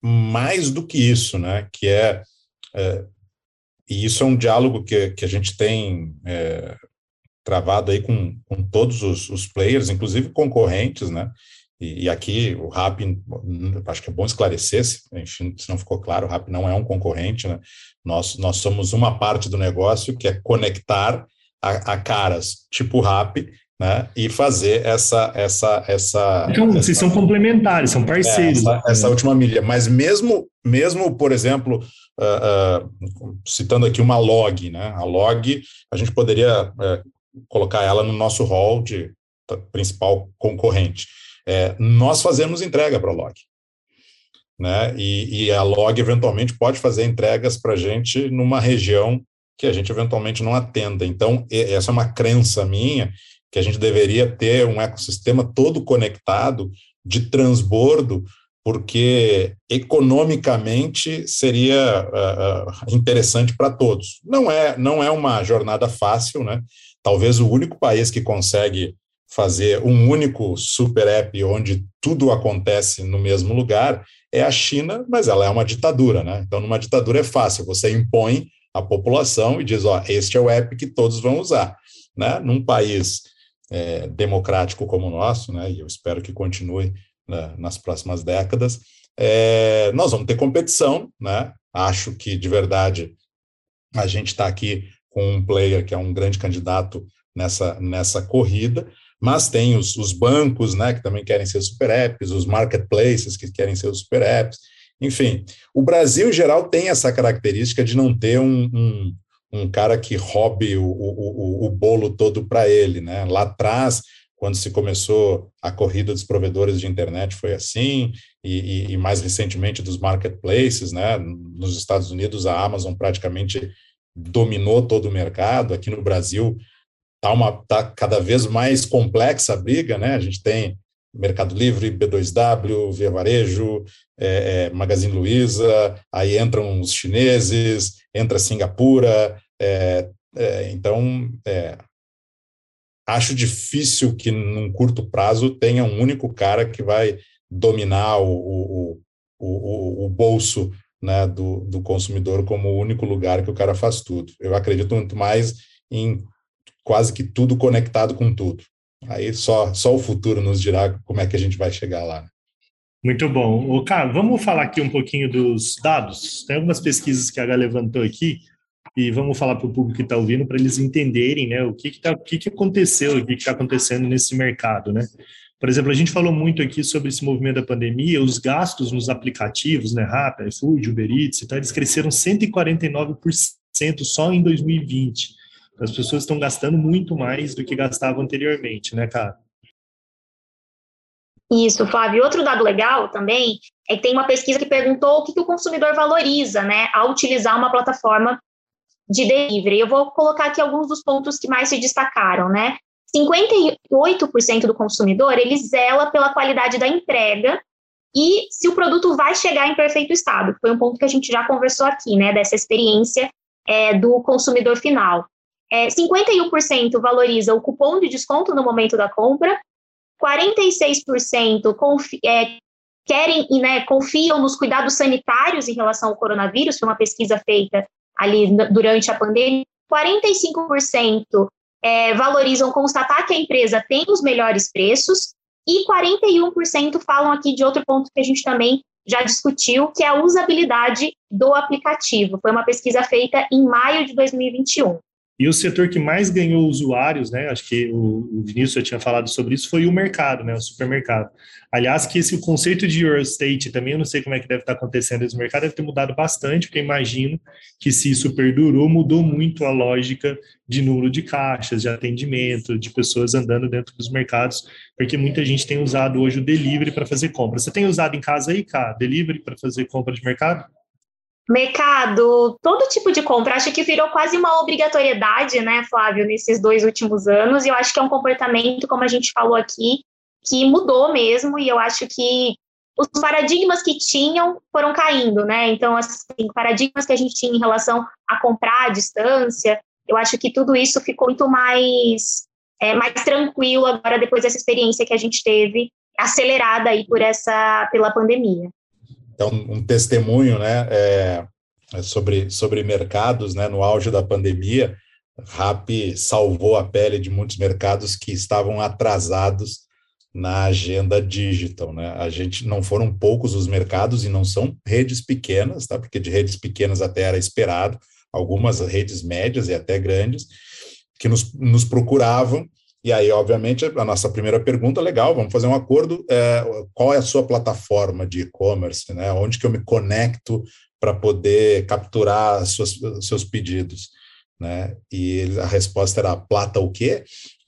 mais do que isso, né, que é, é e isso é um diálogo que, que a gente tem é, travado aí com, com todos os, os players, inclusive concorrentes, né? E, e aqui o Rappi, acho que é bom esclarecer, se, enfim, se não ficou claro, o Rappi não é um concorrente, né? Nós, nós somos uma parte do negócio que é conectar a, a caras tipo Rappi, né? E fazer essa... essa, essa então, essa, vocês são complementares, são parceiros. Essa, essa última milha. Mas mesmo, mesmo por exemplo, uh, uh, citando aqui uma log, né? A log, a gente poderia uh, colocar ela no nosso hall de principal concorrente. É, nós fazemos entrega para a log, né? E, e a log eventualmente pode fazer entregas para a gente numa região que a gente eventualmente não atenda. Então, essa é uma crença minha, que a gente deveria ter um ecossistema todo conectado de transbordo, porque economicamente seria uh, interessante para todos. Não é, não é uma jornada fácil, né? Talvez o único país que consegue fazer um único super app onde tudo acontece no mesmo lugar é a China, mas ela é uma ditadura, né? Então, numa ditadura é fácil, você impõe a população e diz, ó, este é o app que todos vão usar, né? Num país é, democrático como o nosso, né? E eu espero que continue, né, nas próximas décadas, é, nós vamos ter competição, né? Acho que, de verdade, a gente está aqui com um player que é um grande candidato nessa, nessa corrida, mas tem os, os bancos, né, que também querem ser super apps, os marketplaces que querem ser os super apps, enfim. O Brasil, em geral, tem essa característica de não ter um, um, um cara que roube o, o, o bolo todo para ele, né? Lá atrás, quando se começou a corrida dos provedores de internet, foi assim, e, e, e mais recentemente dos marketplaces, né? Nos Estados Unidos, a Amazon praticamente dominou todo o mercado. Aqui no Brasil está uma tá cada vez mais complexa a briga, né? A gente tem Mercado Livre, B dois W, Via Varejo, é, é, Magazine Luiza, aí entram os chineses, entra Singapura, é, é, então é, acho difícil que num curto prazo tenha um único cara que vai dominar o, o, o, o, o bolso, né, do, do consumidor como o único lugar que o cara faz tudo. Eu acredito muito mais em quase que tudo conectado com tudo. Aí só, só o futuro nos dirá como é que a gente vai chegar lá. Muito bom. Ô, Carlos, vamos falar aqui um pouquinho dos dados. Tem algumas pesquisas que a H levantou aqui e vamos falar para o público que está ouvindo para eles entenderem, né, o que, que, tá, o que, que aconteceu, o que está acontecendo nesse mercado, né? Por exemplo, a gente falou muito aqui sobre esse movimento da pandemia, os gastos nos aplicativos, né, Rappi, iFood, Uber Eats, então eles cresceram cento e quarenta e nove por cento só em dois mil e vinte. As pessoas estão gastando muito mais do que gastavam anteriormente, né, cara? Isso, Flávio. Outro dado legal também é que tem uma pesquisa que perguntou o que, que o consumidor valoriza, né, ao utilizar uma plataforma de delivery. Eu vou colocar aqui alguns dos pontos que mais se destacaram, né? cinquenta e oito por cento do consumidor, ele zela pela qualidade da entrega e se o produto vai chegar em perfeito estado. Foi um ponto que a gente já conversou aqui, né, dessa experiência é, do consumidor final. É, cinquenta e um por cento valoriza o cupom de desconto no momento da compra, quarenta e seis por cento confi- é, querem e né, confiam nos cuidados sanitários em relação ao coronavírus, foi uma pesquisa feita ali durante a pandemia, quarenta e cinco por cento é, valorizam constatar que a empresa tem os melhores preços e quarenta e um por cento falam aqui de outro ponto que a gente também já discutiu, que é a usabilidade do aplicativo. Foi uma pesquisa feita em maio de dois mil e vinte e um. E o setor que mais ganhou usuários, né, acho que o, o Vinícius já tinha falado sobre isso, foi o mercado, né, o supermercado. Aliás, que esse o conceito de real estate também, eu não sei como é que deve estar acontecendo esse mercado, deve ter mudado bastante, porque eu imagino que se isso perdurou, mudou muito a lógica de número de caixas, de atendimento, de pessoas andando dentro dos mercados, porque muita gente tem usado hoje o delivery para fazer compra. Você tem usado em casa aí, cara, delivery para fazer compra de mercado? Mercado, todo tipo de compra, acho que virou quase uma obrigatoriedade, né, Flávio, nesses dois últimos anos, e eu acho que é um comportamento, como a gente falou aqui, que mudou mesmo, e eu acho que os paradigmas que tinham foram caindo, né, então, assim, paradigmas que a gente tinha em relação a comprar à distância, eu acho que tudo isso ficou muito mais, é, mais tranquilo agora, depois dessa experiência que a gente teve, acelerada aí por essa, pela pandemia. Então, um testemunho, né, é, sobre, sobre mercados, né, no auge da pandemia, Rappi salvou a pele de muitos mercados que estavam atrasados na agenda digital, né? A gente, não foram poucos os mercados e não são redes pequenas, tá? Porque de redes pequenas até era esperado, algumas redes médias e até grandes, que nos, nos procuravam. E aí, obviamente, a nossa primeira pergunta, legal, vamos fazer um acordo, é, qual é a sua plataforma de e-commerce, né? Onde que eu me conecto para poder capturar suas, seus pedidos, né? E a resposta era, plata o quê?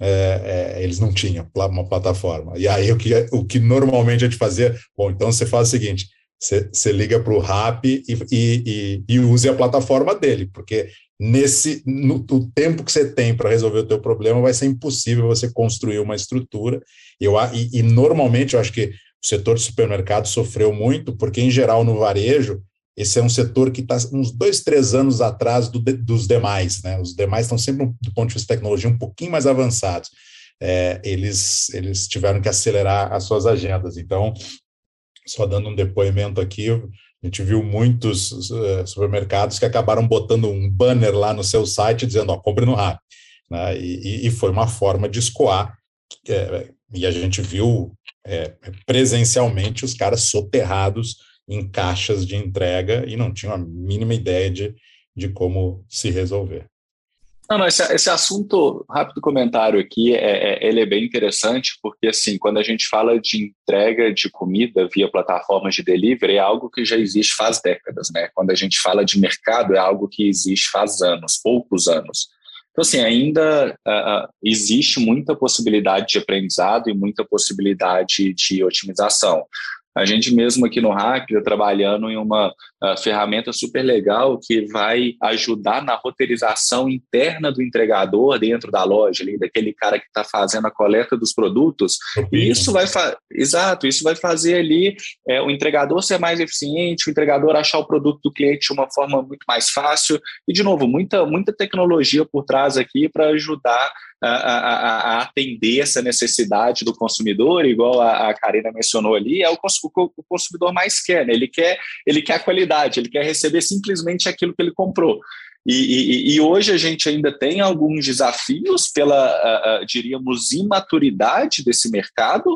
É, é, eles não tinham uma plataforma. E aí, o que, o que normalmente a gente fazia, bom, então você faz o seguinte, você, você liga para o Rappi e, e, e, e use a plataforma dele, porque nesse no, no tempo que você tem para resolver o teu problema, vai ser impossível você construir uma estrutura. Eu, e, e normalmente, eu acho que o setor de supermercado sofreu muito, porque, em geral, no varejo, esse é um setor que está uns dois, três anos atrás do, dos demais, né? Os demais estão sempre, do ponto de vista de tecnologia, um pouquinho mais avançados. É, eles, eles tiveram que acelerar as suas agendas. Então, só dando um depoimento aqui, a gente viu muitos uh, supermercados que acabaram botando um banner lá no seu site dizendo, ó, compre no Rappi, né? E, e foi uma forma de escoar, é, e a gente viu é, presencialmente os caras soterrados em caixas de entrega e não tinham a mínima ideia de, de como se resolver. Não, não, esse, esse assunto, rápido comentário aqui, é, é, ele é bem interessante, porque assim, quando a gente fala de entrega de comida via plataformas de delivery, é algo que já existe faz décadas, né? Quando a gente fala de mercado, é algo que existe faz anos, poucos anos. Então, assim, ainda uh, existe muita possibilidade de aprendizado e muita possibilidade de otimização. A gente mesmo aqui no Rappi está trabalhando em uma uh, ferramenta super legal que vai ajudar na roteirização interna do entregador dentro da loja, ali, daquele cara que está fazendo a coleta dos produtos. E isso vai fa- Exato, isso vai fazer ali é, o entregador ser mais eficiente, o entregador achar o produto do cliente de uma forma muito mais fácil. E, de novo, muita, muita tecnologia por trás aqui para ajudar A, a, a atender essa necessidade do consumidor, igual a, a Karina mencionou ali, é o, cons, o, o consumidor mais quer, né? Ele quer, ele quer a qualidade, ele quer receber simplesmente aquilo que ele comprou. E, e, e hoje a gente ainda tem alguns desafios pela, a, a, diríamos, imaturidade desse mercado,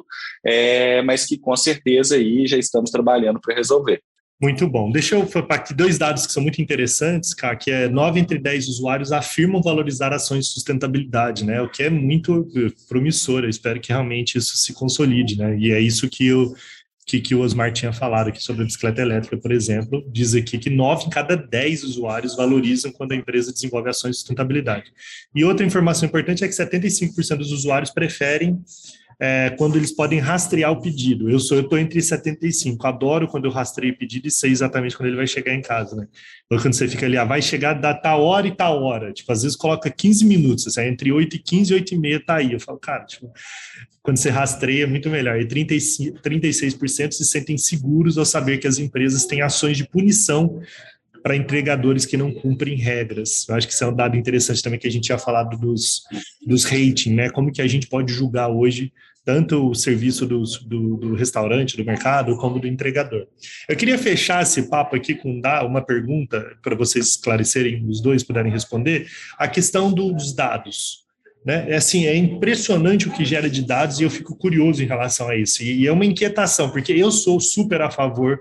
é, mas que com certeza aí já estamos trabalhando para resolver. Muito bom. Deixa eu falar aqui dois dados que são muito interessantes, cara, que é nove entre dez usuários afirmam valorizar ações de sustentabilidade, né? O que é muito promissor. Eu espero que realmente isso se consolide, né? E é isso que, eu, que, que o Osmar tinha falado aqui sobre a bicicleta elétrica, por exemplo. Diz aqui que nove em cada dez usuários valorizam quando a empresa desenvolve ações de sustentabilidade. E outra informação importante é que setenta e cinco por cento dos usuários preferem É, quando eles podem rastrear o pedido. Eu sou, eu estou entre setenta e cinco, adoro quando eu rastreio o pedido e sei exatamente quando ele vai chegar em casa, né? Então, quando você fica ali, ah, vai chegar da tal hora e tal hora, tipo, às vezes coloca quinze minutos, assim, entre oito e quinze e oito e meia tá aí. Eu falo, cara, tipo, quando você rastreia é muito melhor. E trinta e cinco, trinta e seis por cento se sentem seguros ao saber que as empresas têm ações de punição para entregadores que não cumprem regras. Eu acho que isso é um dado interessante também, que a gente tinha falado dos, dos rating, né? Como que a gente pode julgar hoje tanto o serviço do, do, do restaurante, do mercado, como do entregador. Eu queria fechar esse papo aqui com uma pergunta, para vocês esclarecerem, os dois puderem responder, a questão dos dados. Né? É, assim, é impressionante o que gera de dados e eu fico curioso em relação a isso. E, e é uma inquietação, porque eu sou super a favor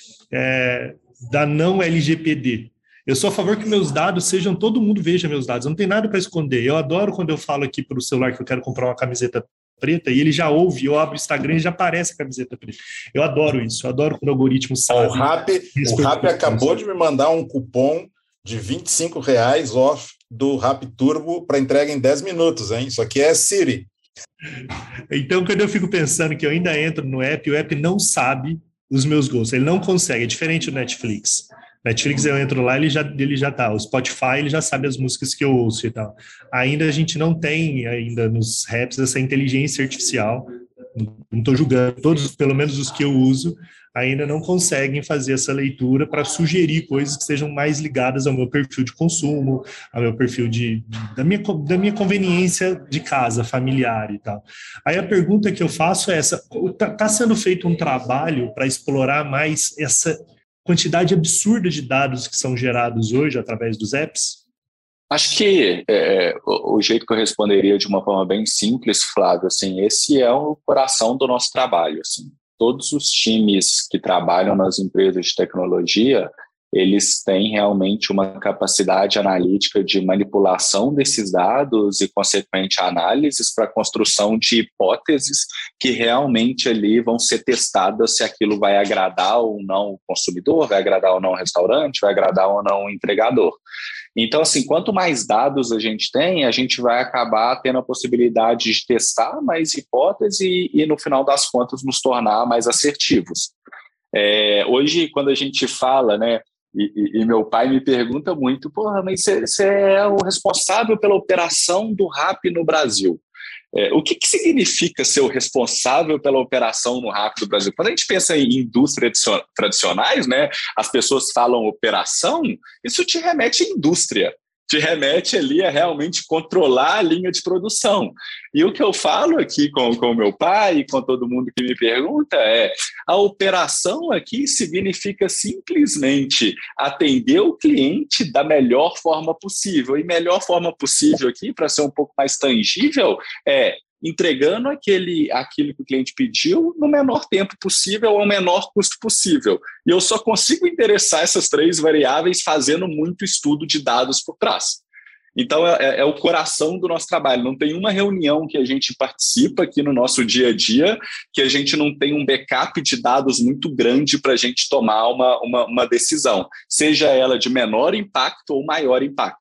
é, da não L G P D. Eu sou a favor que meus dados sejam, todo mundo veja meus dados, não tem nada para esconder. Eu adoro quando eu falo aqui para o celular que eu quero comprar uma camiseta preta e ele já ouve, eu abro o Instagram e já aparece a camiseta preta. Eu adoro isso, eu adoro quando o algoritmo sabe. O Rappi, o Rappi acabou de me mandar um cupom de vinte e cinco reais off do Rappi Turbo para entrega em dez minutos, hein? Isso aqui é Siri. Então, quando eu fico pensando que eu ainda entro no app, o app não sabe os meus gostos, ele não consegue, é diferente do Netflix. Netflix eu entro lá, ele já, ele já tá, o Spotify ele já sabe as músicas que eu ouço e tal. Ainda a gente não tem ainda nos raps essa inteligência artificial, não estou julgando, todos, pelo menos os que eu uso, ainda não conseguem fazer essa leitura para sugerir coisas que sejam mais ligadas ao meu perfil de consumo, ao meu perfil de, da, minha, da minha conveniência de casa, familiar e tal. Aí a pergunta que eu faço é essa, está tá sendo feito um trabalho para explorar mais essa quantidade absurda de dados que são gerados hoje através dos apps? Acho que é, o, o jeito que eu responderia de uma forma bem simples, Flávio, assim, esse é o coração do nosso trabalho. Assim. Todos os times que trabalham nas empresas de tecnologia, eles têm realmente uma capacidade analítica de manipulação desses dados e, consequente, análises para a construção de hipóteses que realmente ali vão ser testadas se aquilo vai agradar ou não o consumidor, vai agradar ou não o restaurante, vai agradar ou não o entregador. Então, assim, quanto mais dados a gente tem, a gente vai acabar tendo a possibilidade de testar mais hipóteses e, e no final das contas, nos tornar mais assertivos. É, hoje, quando a gente fala, né, E, e, e meu pai me pergunta muito, porra, mas você é o responsável pela operação do Rappi no Brasil. É, o que, que significa ser o responsável pela operação no Rappi do Brasil? Quando a gente pensa em indústrias tradicionais, né, as pessoas falam operação, isso te remete à indústria, te remete ali a realmente controlar a linha de produção. E o que eu falo aqui com o meu pai e com todo mundo que me pergunta é: a operação aqui significa simplesmente atender o cliente da melhor forma possível. E melhor forma possível aqui, para ser um pouco mais tangível, é entregando aquele, aquilo que o cliente pediu no menor tempo possível ao menor custo possível. E eu só consigo endereçar essas três variáveis fazendo muito estudo de dados por trás. Então, é, é o coração do nosso trabalho. Não tem uma reunião que a gente participa aqui no nosso dia a dia que a gente não tem um backup de dados muito grande para a gente tomar uma, uma, uma decisão, seja ela de menor impacto ou maior impacto.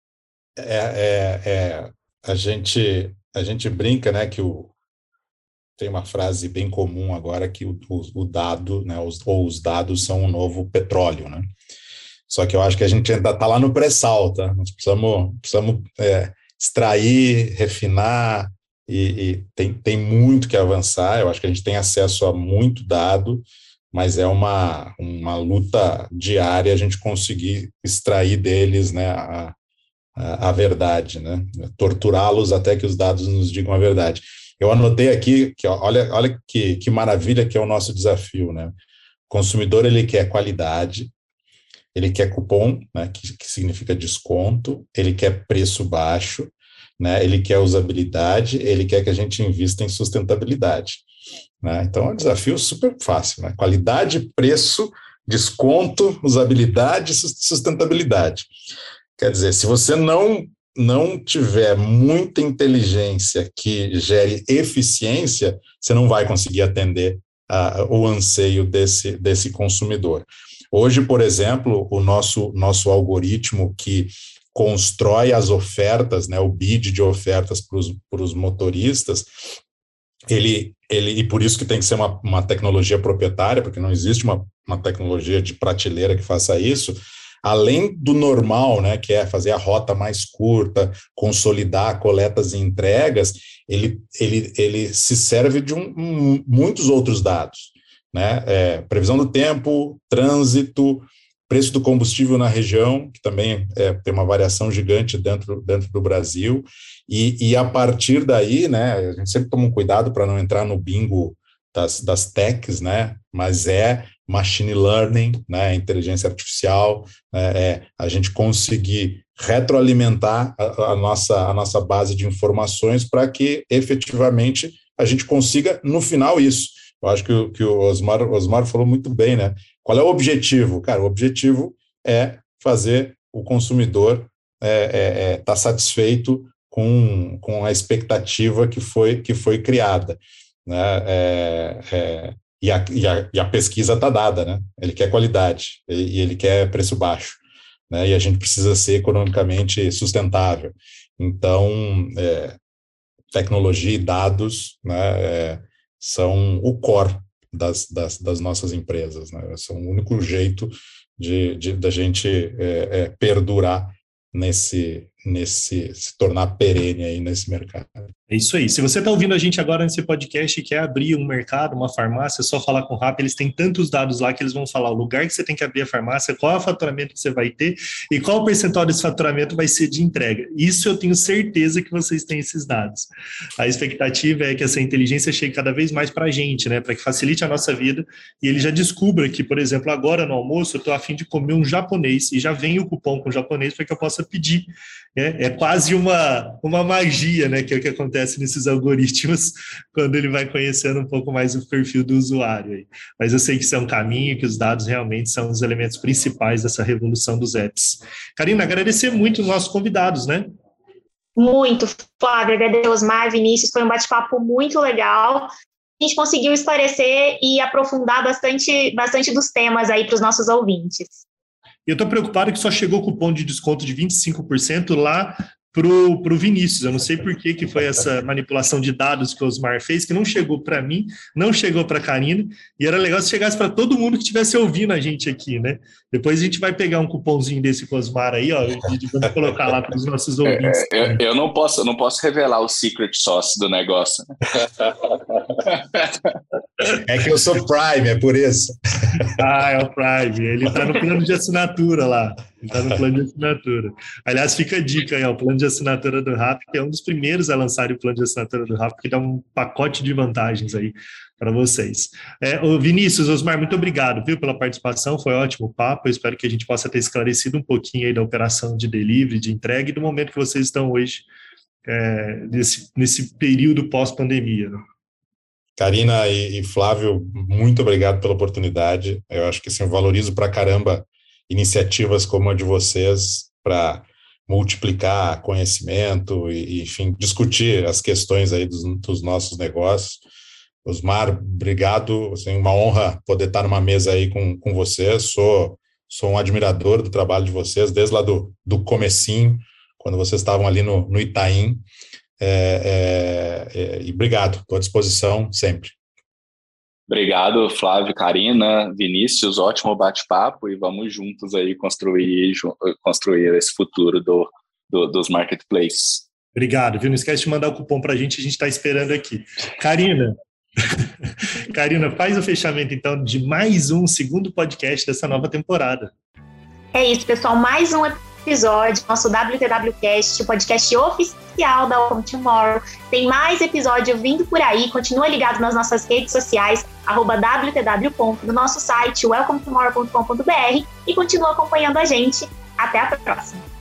É, é, é, a gente... A gente brinca, né, que o, tem uma frase bem comum agora que o, o, o dado, né, os, ou os dados são o novo petróleo, né? Só que eu acho que a gente ainda está lá no pré-sal, tá? Nós precisamos, precisamos é, extrair, refinar, e, e tem, tem muito que avançar. Eu acho que a gente tem acesso a muito dado, mas é uma, uma luta diária a gente conseguir extrair deles, né, a, a verdade, né? Torturá-los até que os dados nos digam a verdade. Eu anotei aqui, que olha, olha que, que maravilha que é o nosso desafio, né? O consumidor, ele quer qualidade, ele quer cupom, né, que, que significa desconto, ele quer preço baixo, né, ele quer usabilidade, ele quer que a gente invista em sustentabilidade, né? Então é um desafio super fácil, né? Qualidade, preço, desconto, usabilidade e sustentabilidade. Quer dizer, se você não, não tiver muita inteligência que gere eficiência, você não vai conseguir atender uh, o anseio desse, desse consumidor. Hoje, por exemplo, o nosso, nosso algoritmo que constrói as ofertas, né, o bid de ofertas para os motoristas, ele, ele, e por isso que tem que ser uma, uma tecnologia proprietária, porque não existe uma, uma tecnologia de prateleira que faça isso. Além do normal, né, que é fazer a rota mais curta, consolidar coletas e entregas, ele, ele, ele se serve de um, um, muitos outros dados, né? É, previsão do tempo, trânsito, preço do combustível na região, que também é, tem uma variação gigante dentro, dentro do Brasil, e, e a partir daí, né, a gente sempre toma um cuidado para não entrar no bingo das, das techs, né, mas é machine learning, né, inteligência artificial, é, é a gente conseguir retroalimentar a, a, nossa, a nossa base de informações para que efetivamente a gente consiga, no final, isso. Eu acho que, o, que o Osmar, Osmar falou muito bem, né? Qual é o objetivo? Cara, o objetivo é fazer o consumidor estar é, é, é, tá satisfeito com, com a expectativa que foi, que foi criada, né? É, é, e, a, e, a, e a pesquisa está dada, né? Ele quer qualidade e, e ele quer preço baixo, né? E a gente precisa ser economicamente sustentável. Então, é, tecnologia e dados, né, é, são o core das, das, das nossas empresas, né? São o único jeito de, de da gente é, é, perdurar nesse, nesse, se tornar perene aí nesse mercado. É isso aí. Se você está ouvindo a gente agora nesse podcast e quer abrir um mercado, uma farmácia, é só falar com o Rappi. Eles têm tantos dados lá que eles vão falar o lugar que você tem que abrir a farmácia, qual é o faturamento que você vai ter e qual o percentual desse faturamento vai ser de entrega. Isso eu tenho certeza que vocês têm esses dados. A expectativa é que essa inteligência chegue cada vez mais para a gente, né, para que facilite a nossa vida e ele já descubra que, por exemplo, agora no almoço eu estou a fim de comer um japonês e já vem o cupom com japonês para que eu possa pedir. É, é quase uma, uma magia, né, que é o que acontece nesses algoritmos quando ele vai conhecendo um pouco mais o perfil do usuário aí. Mas eu sei que isso é um caminho, que os dados realmente são os elementos principais dessa revolução dos apps. Karina, agradecer muito os nossos convidados, né? Muito, Flávia, agradecer Osmar, Vinícius, foi um bate-papo muito legal. A gente conseguiu esclarecer e aprofundar bastante, bastante dos temas aí para os nossos ouvintes. Eu estou preocupado que só chegou o cupom de desconto de vinte e cinco por cento lá pro, pro Vinícius. Eu não sei por que, que foi essa manipulação de dados que o Osmar fez, que não chegou para mim, não chegou para a Karina, e era legal se chegasse para todo mundo que estivesse ouvindo a gente aqui, né? Depois a gente vai pegar um cupomzinho desse com o Osmar aí, ó, e vamos colocar lá para os nossos ouvintes. É, eu, eu não posso, não posso revelar o secret sauce do negócio. É que eu sou Prime, é por isso. Ah, é o Prime. Ele está no plano de assinatura lá. Ele está no plano de assinatura. Aliás, fica a dica aí, ó, o plano de assinatura do Rappi, que é um dos primeiros a lançar o plano de assinatura do Rappi, que dá um pacote de vantagens aí para vocês. É, ô Vinícius, Osmar, muito obrigado, viu, pela participação, foi um ótimo papo, eu espero que a gente possa ter esclarecido um pouquinho aí da operação de delivery, de entrega e do momento que vocês estão hoje, é, nesse, nesse período pós-pandemia, né? Karina e, e Flávio, muito obrigado pela oportunidade. Eu acho que assim, eu valorizo pra caramba iniciativas como a de vocês para multiplicar conhecimento e, enfim, discutir as questões aí dos, dos nossos negócios. Osmar, obrigado. Assim, uma honra poder estar numa mesa aí com, com vocês. Sou, sou um admirador do trabalho de vocês, desde lá do, do comecinho, quando vocês estavam ali no, no Itaim. É, é, é, e obrigado, estou à disposição sempre. Obrigado, Flávio, Karina, Vinícius, ótimo bate-papo e vamos juntos aí construir, construir esse futuro do, do, dos marketplaces. Obrigado, viu? Não esquece de mandar o cupom para a gente, a gente está esperando aqui. Karina, Karina, faz o fechamento então de mais um segundo podcast dessa nova temporada. É isso, pessoal, mais um episódio, nosso W T W Cast, o podcast oficial da Welcome Tomorrow. Tem mais episódio vindo por aí, continua ligado nas nossas redes sociais, arroba W T W ponto, no nosso site welcome tomorrow ponto com ponto b r e continua acompanhando a gente. Até a próxima!